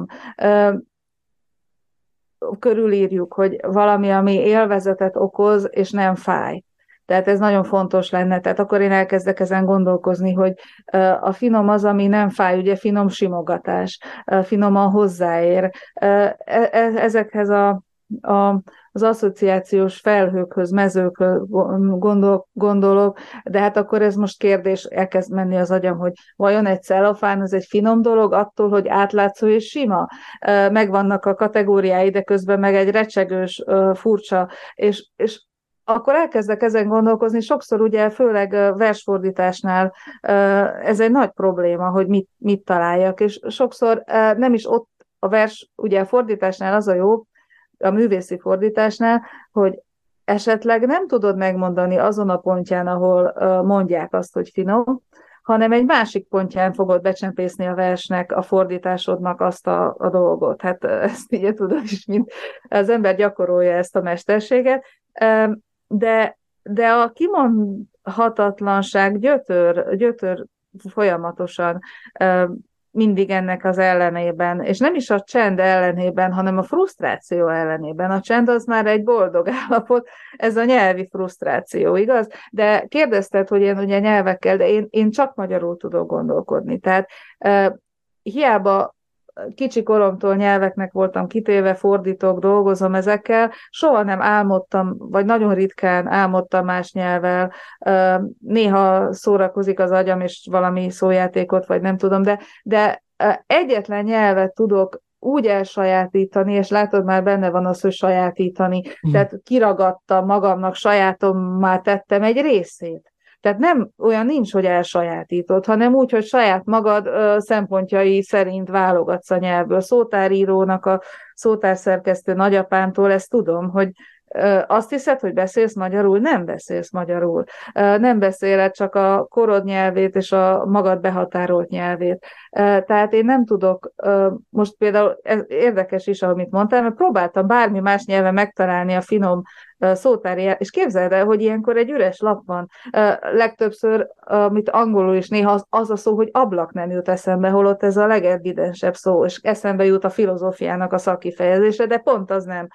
Körülírjuk, hogy valami, ami élvezetet okoz, és nem fáj. Tehát ez nagyon fontos lenne. Tehát akkor én elkezdek ezen gondolkozni, hogy a finom az, ami nem fáj, ugye finom simogatás, finoman hozzáér. Ezekhez az asszociációs felhőkhöz, mezőkhöz gondolok, de hát akkor ez most kérdés, elkezd menni az agyam, hogy vajon egy cellofán az egy finom dolog attól, hogy átlátszó és sima? Megvannak a kategóriái, de közben meg egy recsegős, furcsa, és akkor elkezdek ezen gondolkozni, sokszor ugye főleg versfordításnál ez egy nagy probléma, hogy mit találjak, és sokszor nem is ott a vers, ugye a fordításnál az a jó, a művészi fordításnál, hogy esetleg nem tudod megmondani azon a pontján, ahol mondják azt, hogy finom, hanem egy másik pontján fogod becsempészni a versnek, a fordításodnak azt a dolgot. Hát ezt így tudod is, mint az ember gyakorolja ezt a mesterséget, de a kimondhatatlanság gyötör folyamatosan mindig ennek az ellenében, és nem is a csend ellenében, hanem a frusztráció ellenében. A csend az már egy boldog állapot, ez a nyelvi frusztráció, igaz? De kérdezted, hogy én ugye nyelvekkel, de én csak magyarul tudok gondolkodni. Tehát hiába kicsi koromtól nyelveknek voltam kitéve, fordítok, dolgozom ezekkel, soha nem álmodtam, vagy nagyon ritkán álmodtam más nyelvvel, néha szórakozik az agyam, és valami szójátékot, vagy nem tudom, de egyetlen nyelvet tudok úgy elsajátítani, és látod, már benne van az, hogy sajátítani, tehát kiragadtam magamnak, sajátommá tettem egy részét. Tehát nem olyan nincs, hogy elsajátítod, hanem úgy, hogy saját magad szempontjai szerint válogatsz a nyelvből. Szótárírónak, a szótárszerkesztő nagyapámtól ezt tudom, hogy azt hiszed, hogy beszélsz magyarul? Nem beszélsz magyarul. Nem beszéled csak a korod nyelvét és a magad behatárolt nyelvét. Tehát én nem tudok, most például ez érdekes is, amit mondtál, mert próbáltam bármi más nyelven megtalálni a finom szótári, és képzeld el, hogy ilyenkor egy üres lap van. Legtöbbször, amit angolul is néha az a szó, hogy ablak nem jut eszembe, holott ez a legevidensebb szó, és eszembe jut a filozófiának a szakkifejezése, de pont az nem.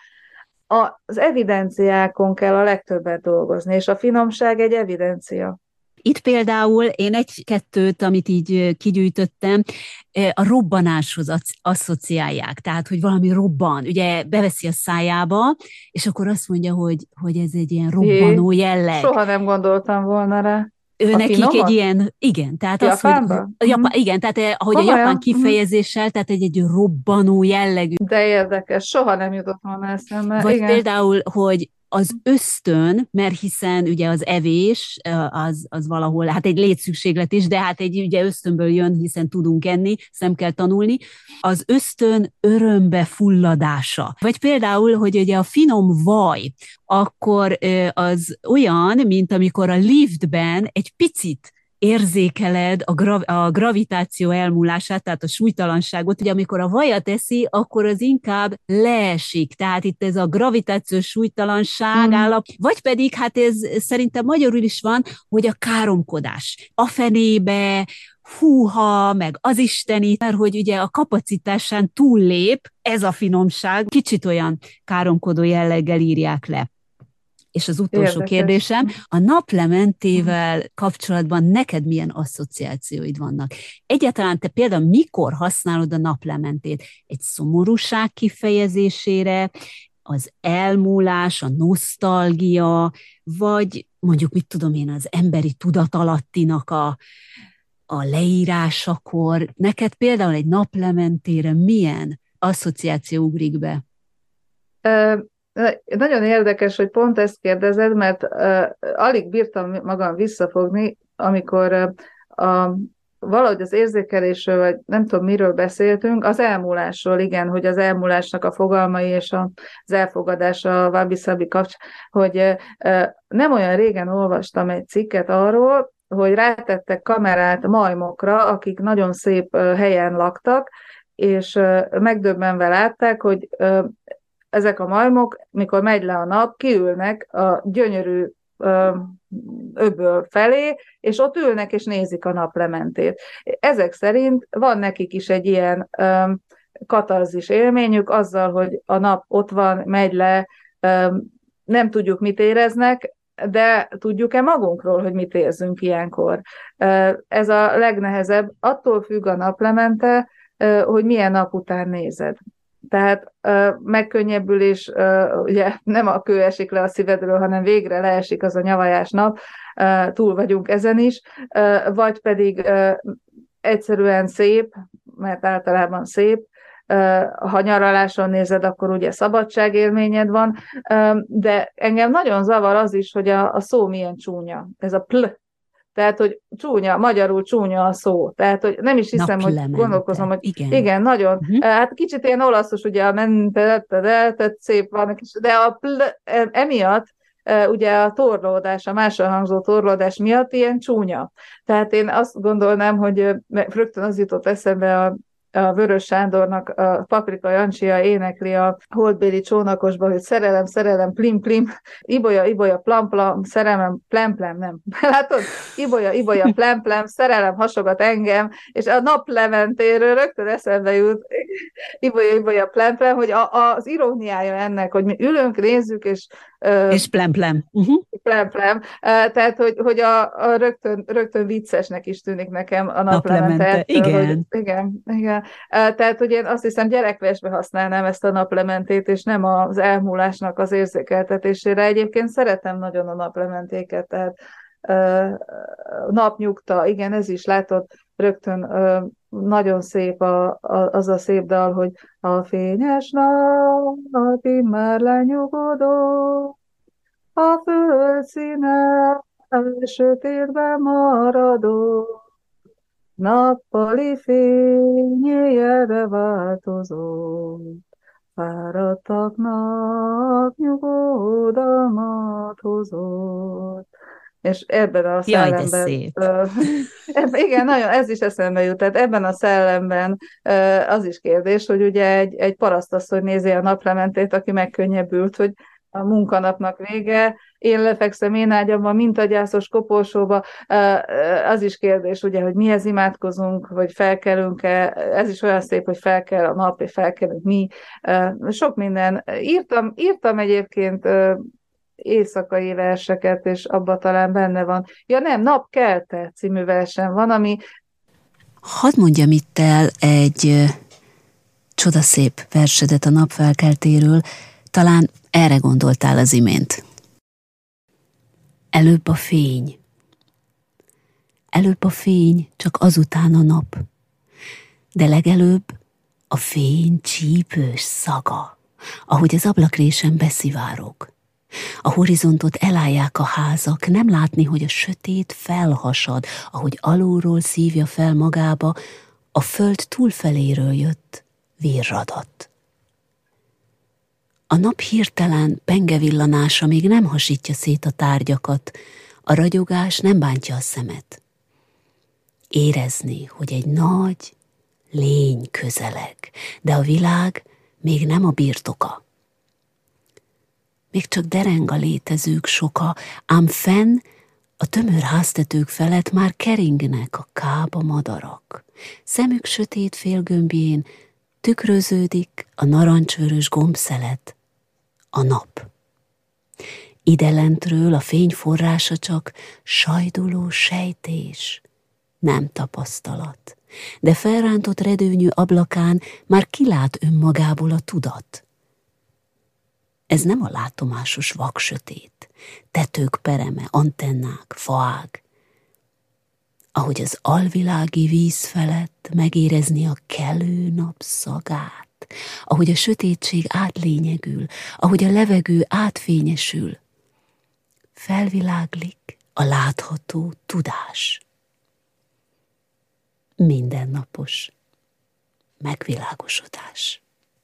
Az evidenciákon kell a legtöbbet dolgozni, és a finomság egy evidencia. Itt például én egy-kettőt, amit így kigyűjtöttem, a robbanáshoz asszociálják, tehát, hogy valami robban, ugye beveszi a szájába, és akkor azt mondja, hogy ez egy ilyen robbanó jelleg. Soha nem gondoltam volna rá. Nekik egy ilyen, igen, tehát az, hogy igen, tehát ahogy a japán kifejezéssel, tehát egy robbanó jellegű. De érdekes, soha nem jutott volna eszembe. Vagy igen. Például, hogy az ösztön, mert hiszen ugye az evés, az valahol, hát egy létszükséglet is, de hát egy ugye ösztönből jön, hiszen tudunk enni, nem kell tanulni, az ösztön örömbe fulladása. Vagy például, hogy ugye a finom vaj, akkor az olyan, mint amikor a liftben egy picit érzékeled a gravitáció elmúlását, tehát a súlytalanságot, ugye amikor a vajat eszi, akkor az inkább leesik, tehát itt ez a gravitációs súlytalanság állap, vagy pedig, hát ez szerintem magyarul is van, hogy a káromkodás. A fenébe, húha, meg az isteni, mert hogy ugye a kapacitásán túllép, ez a finomság, kicsit olyan káromkodó jelleggel írják le. És az utolsó kérdésem, a naplementével kapcsolatban neked milyen asszociációid vannak? Egyáltalán te például mikor használod a naplementét? Egy szomorúság kifejezésére, az elmúlás, a nosztalgia, vagy mondjuk, mit tudom én, az emberi tudatalattinak a leírásakor? Neked például egy naplementére milyen asszociáció ugrik be? Nagyon érdekes, hogy pont ezt kérdezed, mert alig bírtam magam visszafogni, amikor valahogy az érzékelésről, vagy nem tudom miről beszéltünk, az elmúlásról, igen, hogy az elmúlásnak a fogalmai és az elfogadása a wabi-sabi kapcsolatban, hogy nem olyan régen olvastam egy cikket arról, hogy rátettek kamerát majmokra, akik nagyon szép helyen laktak, és megdöbbenve látták, hogy ezek a majmok, mikor megy le a nap, kiülnek a gyönyörű öböl felé, és ott ülnek és nézik a naplementét. Ezek szerint van nekik is egy ilyen katarzis élményük azzal, hogy a nap ott van, megy le, nem tudjuk, mit éreznek, de tudjuk-e magunkról, hogy mit érzünk ilyenkor. Ez a legnehezebb. Attól függ a naplemente, hogy milyen nap után nézed. Tehát megkönnyebbülés, ugye nem a kő esik le a szívedről, hanem végre leesik az a nyavajás nap, túl vagyunk ezen is, vagy pedig egyszerűen szép, mert általában szép, ha nyaraláson nézed, akkor ugye szabadságélményed van, de engem nagyon zavar az is, hogy a szó milyen csúnya, ez a pl. Tehát, hogy csúnya, magyarul csúnya a szó. Tehát, hogy nem is hiszem, hogy gondolkozom, hogy igen nagyon. Hát kicsit ilyen olaszos, ugye a mente, szép van, de emiatt ugye a torlódás, a máshol hangzó torlódás miatt ilyen csúnya. Tehát én azt gondolnám, hogy rögtön az jutott eszembe a Vörös Sándornak a Paprika Jancsia énekli a Holdbéli csónakosba, hogy szerelem, szerelem, plim, plim, ibolya, ibolya, plam, plam, szerelem, plem, plem, nem. Látod? Ibolya, ibolya, plem, plem, szerelem hasogat engem, és a naplementéről rögtön eszembe jut ibolya, ibolya, plem, plem, hogy az iróniája ennek, hogy mi ülünk, nézzük, és plem, plem. Plem, plem. Tehát, hogy rögtön viccesnek is tűnik nekem a naplemente. Igen. Igen. Tehát, hogy én azt hiszem gyerekversbe használnám ezt a naplementét, és nem az elmúlásnak az érzékeltetésére. Egyébként szeretem nagyon a naplementéket, tehát napnyugta, igen, ez is látod, rögtön nagyon szép az a szép dal, hogy a fényes nap már lenyugodott, a földszíne sötétben maradó, nappali fényére változó, fáradtaknak nyugodalmat hozott. És ebben a Jaj, de szellemben, szép. igen, nagyon, ez is eszembe jut, tehát ebben a szellemben az is kérdés, hogy ugye egy parasztasszony nézi a naplementét, aki megkönnyebbült, hogy a munkanapnak vége, én lefekszem én ágyamban, mintagyászos koporsóba, az is kérdés, ugye, hogy mihez imádkozunk, vagy felkelünk-e, ez is olyan szép, hogy felkel a nap, és felkelünk mi. Sok minden. Írtam egyébként éjszakai verseket, és abban talán benne van. Ja nem, Napkelte című versem van, ami... Hadd mondjam itt el egy csodaszép versedet a napfelkeltéről, talán erre gondoltál az imént. Előbb a fény, csak azután a nap, de legelőbb a fény csípős szaga, ahogy az ablakrésen beszivárog. A horizontot elállják a házak, nem látni, hogy a sötét felhasad, ahogy alulról szívja fel magába a föld túlfeléről jött virradat. A nap hirtelen pengevillanása még nem hasítja szét a tárgyakat, a ragyogás nem bántja a szemet. Érezni, hogy egy nagy lény közeleg, de a világ még nem a birtoka. Még csak dereng a létezők soka, ám fenn a tömör háztetők felett már keringnek a kába madarak. Szemük sötét félgömbjén tükröződik a narancsvörös gombszelet, a nap. Idelentről a fény forrása csak sajduló sejtés, nem tapasztalat, de felrántott redőnyű ablakán már kilát önmagából a tudat. Ez nem a látomásos vaksötét, tetők pereme, antennák, faág. Ahogy az alvilági víz felett megérezni a kelő nap szagát, ahogy a sötétség átlényegül, ahogy a levegő átfényesül, felviláglik a látható tudás. Mindennapos megvilágosodás.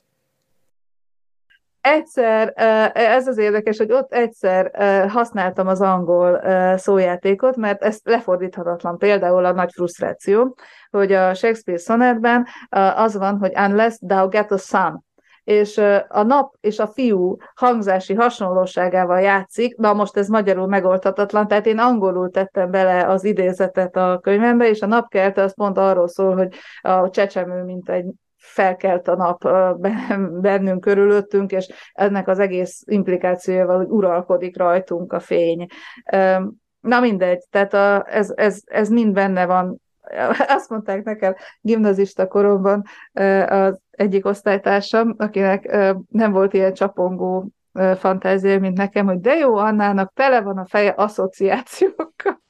Egyszer, ez az érdekes, hogy ott egyszer használtam az angol szójátékot, mert ez lefordíthatatlan. Például a nagy frusztráció, hogy a Shakespeare szonetben az van, hogy unless thou get a son, és a nap és a fiú hangzási hasonlóságával játszik, na most ez magyarul megoldhatatlan, tehát én angolul tettem bele az idézetet a könyvembe, és a napkelte az pont arról szól, hogy a csecsemő, mint egy felkelt a nap bennünk körülöttünk, és ennek az egész implikációjával, hogy uralkodik rajtunk a fény. Na mindegy, tehát ez mind benne van. Azt mondták nekem gimnazista koromban az egyik osztálytársam, akinek nem volt ilyen csapongó fantázia, mint nekem, hogy de jó, Annának tele van a feje asszociációkkal.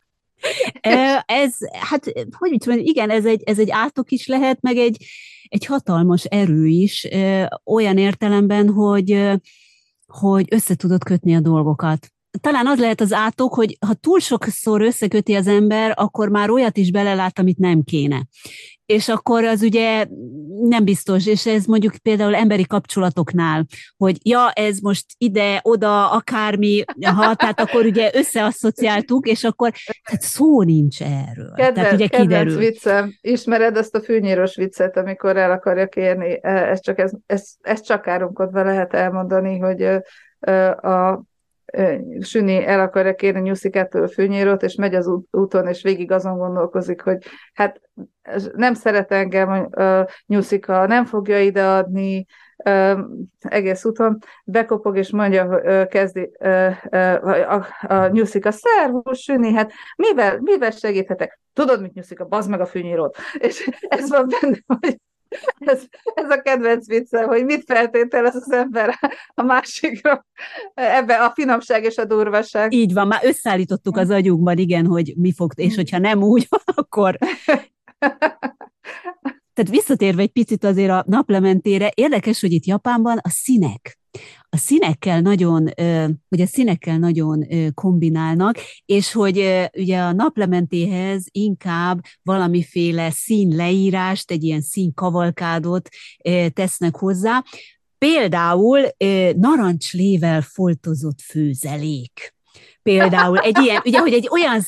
Hát, hogy mit mondjam, igen, ez egy átok is lehet, meg egy hatalmas erő is, olyan értelemben, hogy össze tudod kötni a dolgokat. talán az lehet az átok, hogy ha túl sokszor összeköti az ember, akkor már olyat is belelát, amit nem kéne. És akkor az ugye nem biztos, és ez mondjuk például emberi kapcsolatoknál, hogy ja, ez most ide, oda, akármi, tehát akkor ugye összeasszociáltuk, és akkor tehát szó nincs erről. Tehát ugye kedvenc viccem, ismered azt a fűnyíros viccet, amikor el akarja kérni, ezt csak káromkodva lehet elmondani, hogy a Süni el akarja kérni Nyuszikától a fűnyírót, és megy az úton, és végig azon gondolkozik, hogy hát nem szeret engem Nyuszika, nem fogja ideadni egész úton, bekopog, és mondja, kezdi a Nyuszika, szervusz, Süni, hát mivel segíthetek? Tudod mit, Nyuszika, bazd meg a fűnyírót. És ez van benne, hogy ez a kedvenc viccem, hogy mit feltételez az ember a másikra, ebbe a finomság és a durvaság. Így van, már összeállítottuk az agyunkban, igen, hogy mi fog, és hogyha nem úgy, akkor... Tehát visszatérve egy picit azért a naplementére, érdekes, hogy itt Japánban a színekkel nagyon kombinálnak, és hogy ugye a naplementéhez inkább valamiféle színleírást, egy ilyen színkavalkádot tesznek hozzá. Például narancslével foltozott főzelék. Például egy ilyen, ugye, hogy egy olyan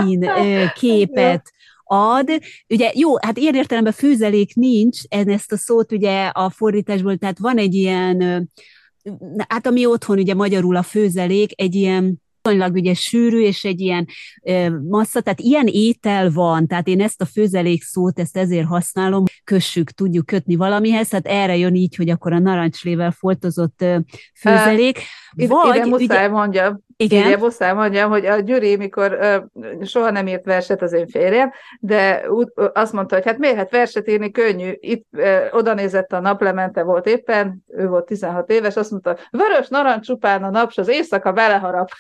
színképet ad. Ugye jó, hát ilyen értelemben főzelék nincs, ezt a szót ugye a fordításból, tehát van egy ilyen, hát ami otthon ugye magyarul a főzelék, egy ilyen viszonylag ugye sűrű, és egy ilyen massza, tehát ilyen étel van, tehát én ezt a főzelék szót, ezt ezért használom, tudjuk kötni valamihez, tehát erre jön így, hogy akkor a narancslével foltozott főzelék. Ide muszáj mondjam. Igen, muszáj mondjam, hogy a Gyuri, mikor soha nem írt verset az én férjem, de azt mondta, hogy hát miért, hát verset írni könnyű. Itt oda nézett a naplemente volt éppen, ő volt 16 éves, azt mondta, vörös narancs csupán a nap, s az éjszaka beleharap.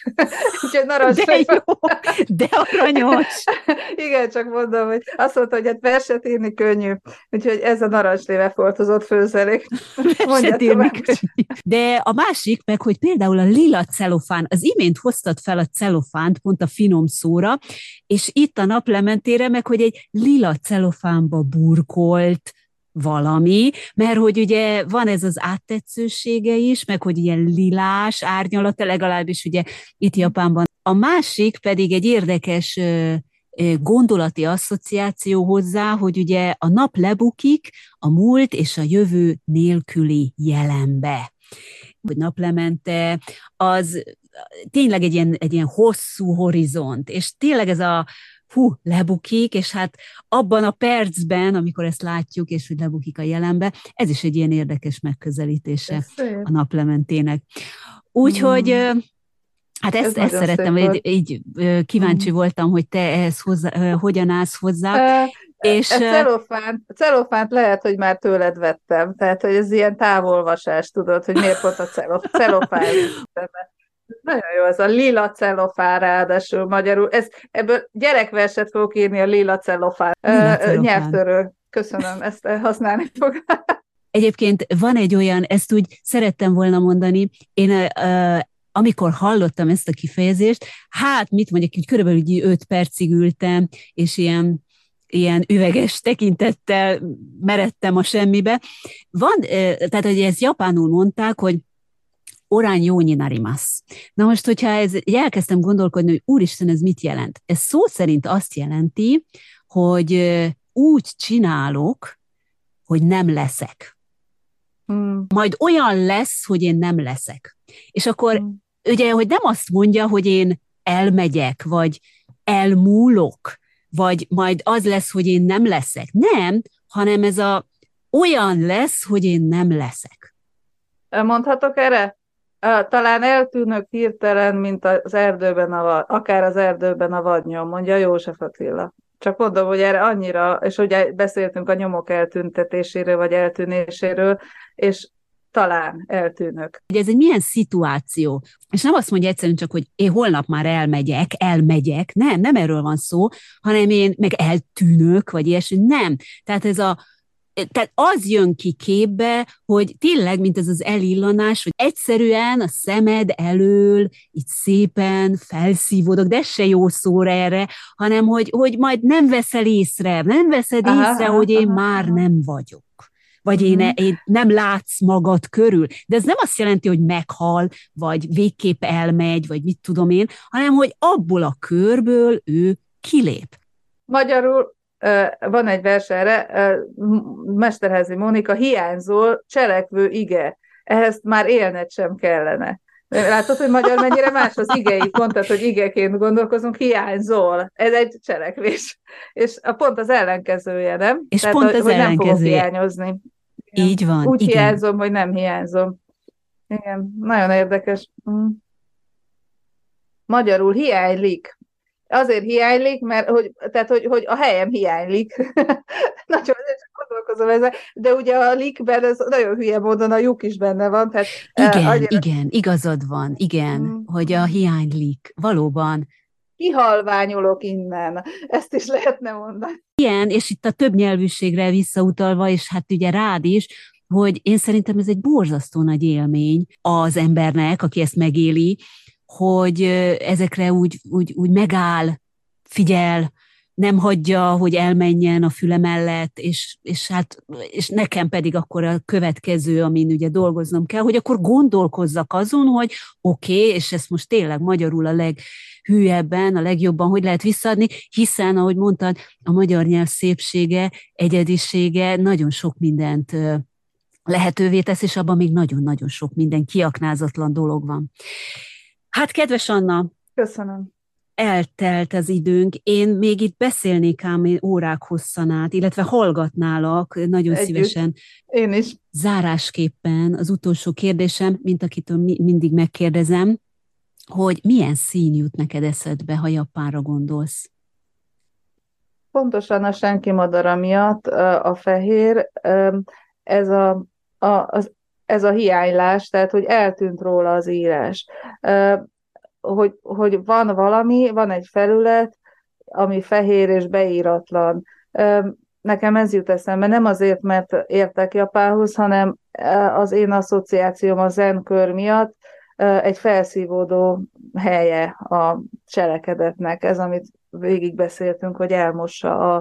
De jó, de aranyos. Igen, csak mondom, hogy azt mondta, hogy hát verset írni könnyű, úgyhogy ez a narancslével foltozott főzelék. Verset írni könnyű. De a másik meg, hogy például a lila celofán, az imént hoztad fel a celofánt, pont a finom szóra, és itt a naplementére meg, hogy egy lila celofánba burkolt valami, mert hogy ugye van ez az áttetszősége is, meg hogy ilyen lilás árnyalata, legalábbis ugye itt Japánban. A másik pedig egy érdekes gondolati asszociáció hozzá, hogy ugye a nap lebukik a múlt és a jövő nélküli jelenbe. Hogy naplemente az tényleg egy ilyen hosszú horizont, és tényleg ez a lebukik, és hát abban a percben, amikor ezt látjuk, és hogy lebukik a jelenbe, ez is egy ilyen érdekes megközelítése a naplementének. Úgyhogy hát ezt szerettem, hogy így kíváncsi voltam, hogy te ehhez hogyan állsz hozzá. És celofánt lehet, hogy már tőled vettem, tehát hogy ez ilyen távolvasás, tudod, hogy miért pont a celofán. Nagyon jó, ez a lila celofán, ráadásul magyarul. Ebből gyerekverset fogok írni, a lila celofán. Nyelvtörő. Köszönöm, ezt használni fog. Egyébként van egy olyan, ezt úgy szerettem volna mondani, én amikor hallottam ezt a kifejezést, hát mit mondjak, hogy körülbelül 5 percig ültem, és ilyen üveges tekintettel meredtem a semmibe. Van, tehát hogy ezt japánul mondták, hogy orán jónyi narimasu. Na most, hogyha elkezdtem gondolkodni, hogy úristen, ez mit jelent? Ez szó szerint azt jelenti, hogy úgy csinálok, hogy nem leszek. Majd olyan lesz, hogy én nem leszek. És akkor ugye, hogy nem azt mondja, hogy én elmegyek, vagy elmúlok, vagy majd az lesz, hogy én nem leszek. Nem, hanem ez olyan lesz, hogy én nem leszek. Mondhatok erre? Talán eltűnök hirtelen, mint az erdőben akár az erdőben a vadnyom, mondja József Attila. Csak mondom, hogy erre annyira, és ugye beszéltünk a nyomok eltüntetéséről, vagy eltűnéséről, és talán eltűnök. Ez egy milyen szituáció? És nem azt mondja egyszerűen csak, hogy én holnap már elmegyek, nem erről van szó, hanem én meg eltűnök, vagy ilyesmi, nem. Tehát Tehát az jön ki képbe, hogy tényleg, mint ez az elillanás, hogy egyszerűen a szemed elől így szépen felszívódok, de ez se jó szó erre, hanem hogy majd nem veszed észre, hogy én már nem vagyok. Vagy én nem látsz magad körül. De ez nem azt jelenti, hogy meghal, vagy végképp elmegy, vagy mit tudom én, hanem hogy abból a körből ő kilép. Magyarul van egy vers erre, Mesterházy Mónika, hiányzol, cselekvő ige. Ehhez már élned sem kellene. Látod, hogy magyar mennyire más az igei, mondtad, hogy igeként gondolkozunk, hiányzol. Ez egy cselekvés. És pont az ellenkezője, nem? És tehát, pont az hogy ellenkezője. Nem fogok hiányozni. Így van. Úgy igen. hiányzom, hogy nem hiányzom. Igen, nagyon érdekes. Magyarul hiánylik. Azért hiánylik, mert hogy a helyem hiánylik. Nagyon gondolkozom ezzel, de ugye a likben ez nagyon hülye módon a lyuk is benne van. Tehát, igen, igazad van, igen, hogy a hiánylik, valóban. Kihalványulok innen, ezt is lehetne mondani. Igen, és itt a többnyelvűségre visszautalva, és hát ugye rád is, hogy én szerintem ez egy borzasztó nagy élmény az embernek, aki ezt megéli, hogy ezekre úgy megáll, figyel, nem hagyja, hogy elmenjen a füle mellett, és nekem pedig akkor a következő, amin ugye dolgoznom kell, hogy akkor gondolkozzak azon, hogy oké, és ezt most tényleg magyarul a leghűebben, a legjobban hogy lehet visszaadni, hiszen, ahogy mondtad, a magyar nyelv szépsége, egyedisége nagyon sok mindent lehetővé tesz, és abban még nagyon-nagyon sok minden kiaknázatlan dolog van. Hát, kedves Anna! Köszönöm. Eltelt az időnk. Én még itt beszélnék ám órák hosszan át, illetve hallgatnálak nagyon együtt. Szívesen. Én is. Zárásképpen az utolsó kérdésem, mint akitől mindig megkérdezem, hogy milyen szín jut neked eszedbe, ha Japánra gondolsz? Pontosan a senki madara miatt a fehér, ez a hiánylás, tehát hogy eltűnt róla az írás. Hogy van egy felület, ami fehér és beíratlan. Nekem ez jut eszembe, nem azért, mert értek Japánhoz, hanem az én asszociációm a zen kör miatt egy felszívódó helye a cselekedetnek. Ez, amit végigbeszéltünk, hogy elmossa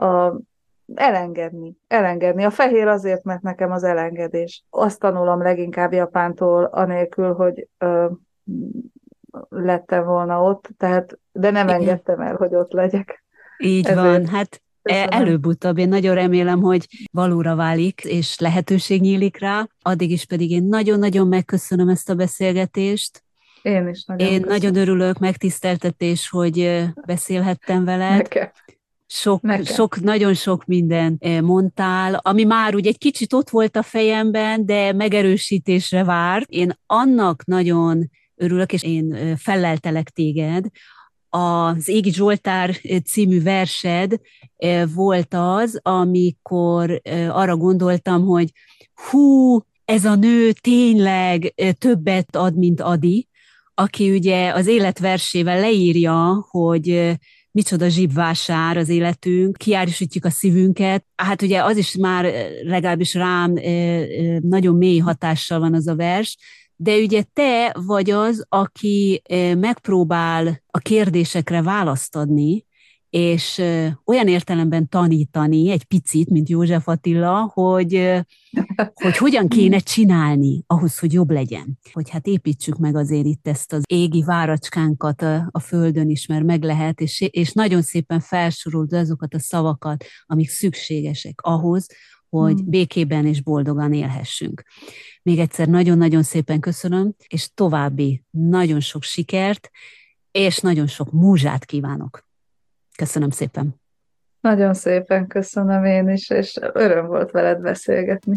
elengedni. A fehér azért, mert nekem az elengedés. Azt tanulom leginkább Japántól, anélkül, hogy lettem volna ott, de nem engedtem el, hogy ott legyek. Így ezért van, hát előbb-utóbb én nagyon remélem, hogy valóra válik, és lehetőség nyílik rá. Addig is pedig én nagyon-nagyon megköszönöm ezt a beszélgetést. Én is nagyon köszönöm. Nagyon örülök, megtiszteltetés, hogy beszélhettem veled. Nekem. Nagyon sok mindent mondtál, ami már úgy egy kicsit ott volt a fejemben, de megerősítésre várt. Én annak nagyon örülök, és én felleltelek téged. Az Égi Zsoltár című versed volt az, amikor arra gondoltam, hogy ez a nő tényleg többet ad, mint Adi, aki ugye az életversével leírja, hogy micsoda zsibvásár az életünk, kiárusítjuk a szívünket. Hát ugye az is már legalábbis rám nagyon mély hatással van az a vers, de ugye te vagy az, aki megpróbál a kérdésekre választ adni, és olyan értelemben tanítani egy picit, mint József Attila, hogy hogyan kéne csinálni ahhoz, hogy jobb legyen. Hogy hát építsük meg azért itt ezt az égi váracskánkat a földön is, mert meg lehet, és nagyon szépen felsorolod azokat a szavakat, amik szükségesek ahhoz, hogy békében és boldogan élhessünk. Még egyszer nagyon-nagyon szépen köszönöm, és további nagyon sok sikert, és nagyon sok múzsát kívánok. Köszönöm szépen. Nagyon szépen köszönöm én is, és öröm volt veled beszélgetni.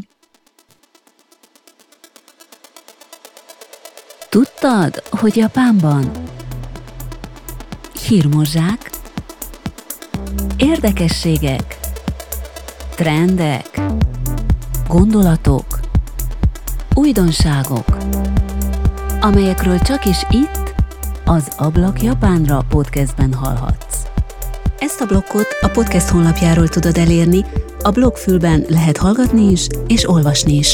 Tudtad, hogy Japánban hírmorzsák, érdekességek, trendek, gondolatok, újdonságok, amelyekről csak is itt, az Ablak Japánra podcastben hallhatsz. Ezt a blokkot a podcast honlapjáról tudod elérni, A Blogfülben lehet hallgatni is, és olvasni is.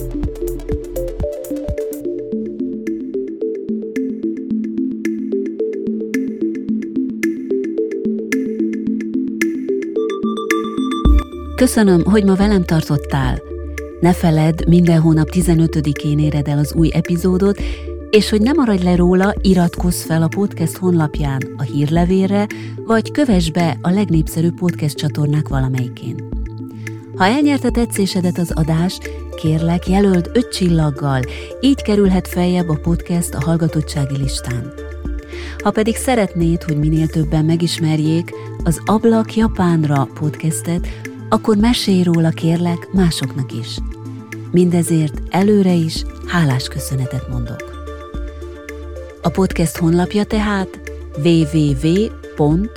Köszönöm, hogy ma velem tartottál. Ne feledd, minden hónap 15-én éred el az új epizódot, és hogy ne maradj le róla, iratkozz fel a podcast honlapján a hírlevélre, vagy kövess be a legnépszerűbb podcast csatornák valamelyikén. Ha elnyerte tetszésedet az adás, kérlek, jelöld 5 csillaggal, így kerülhet feljebb a podcast a hallgatottsági listán. Ha pedig szeretnéd, hogy minél többen megismerjék az Ablak Japánra podcastet, akkor mesélj róla, kérlek, másoknak is. Mindezért előre is hálás köszönetet mondok. A podcast honlapja tehát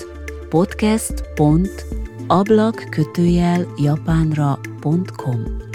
www.podcast.ablak-japánra.com.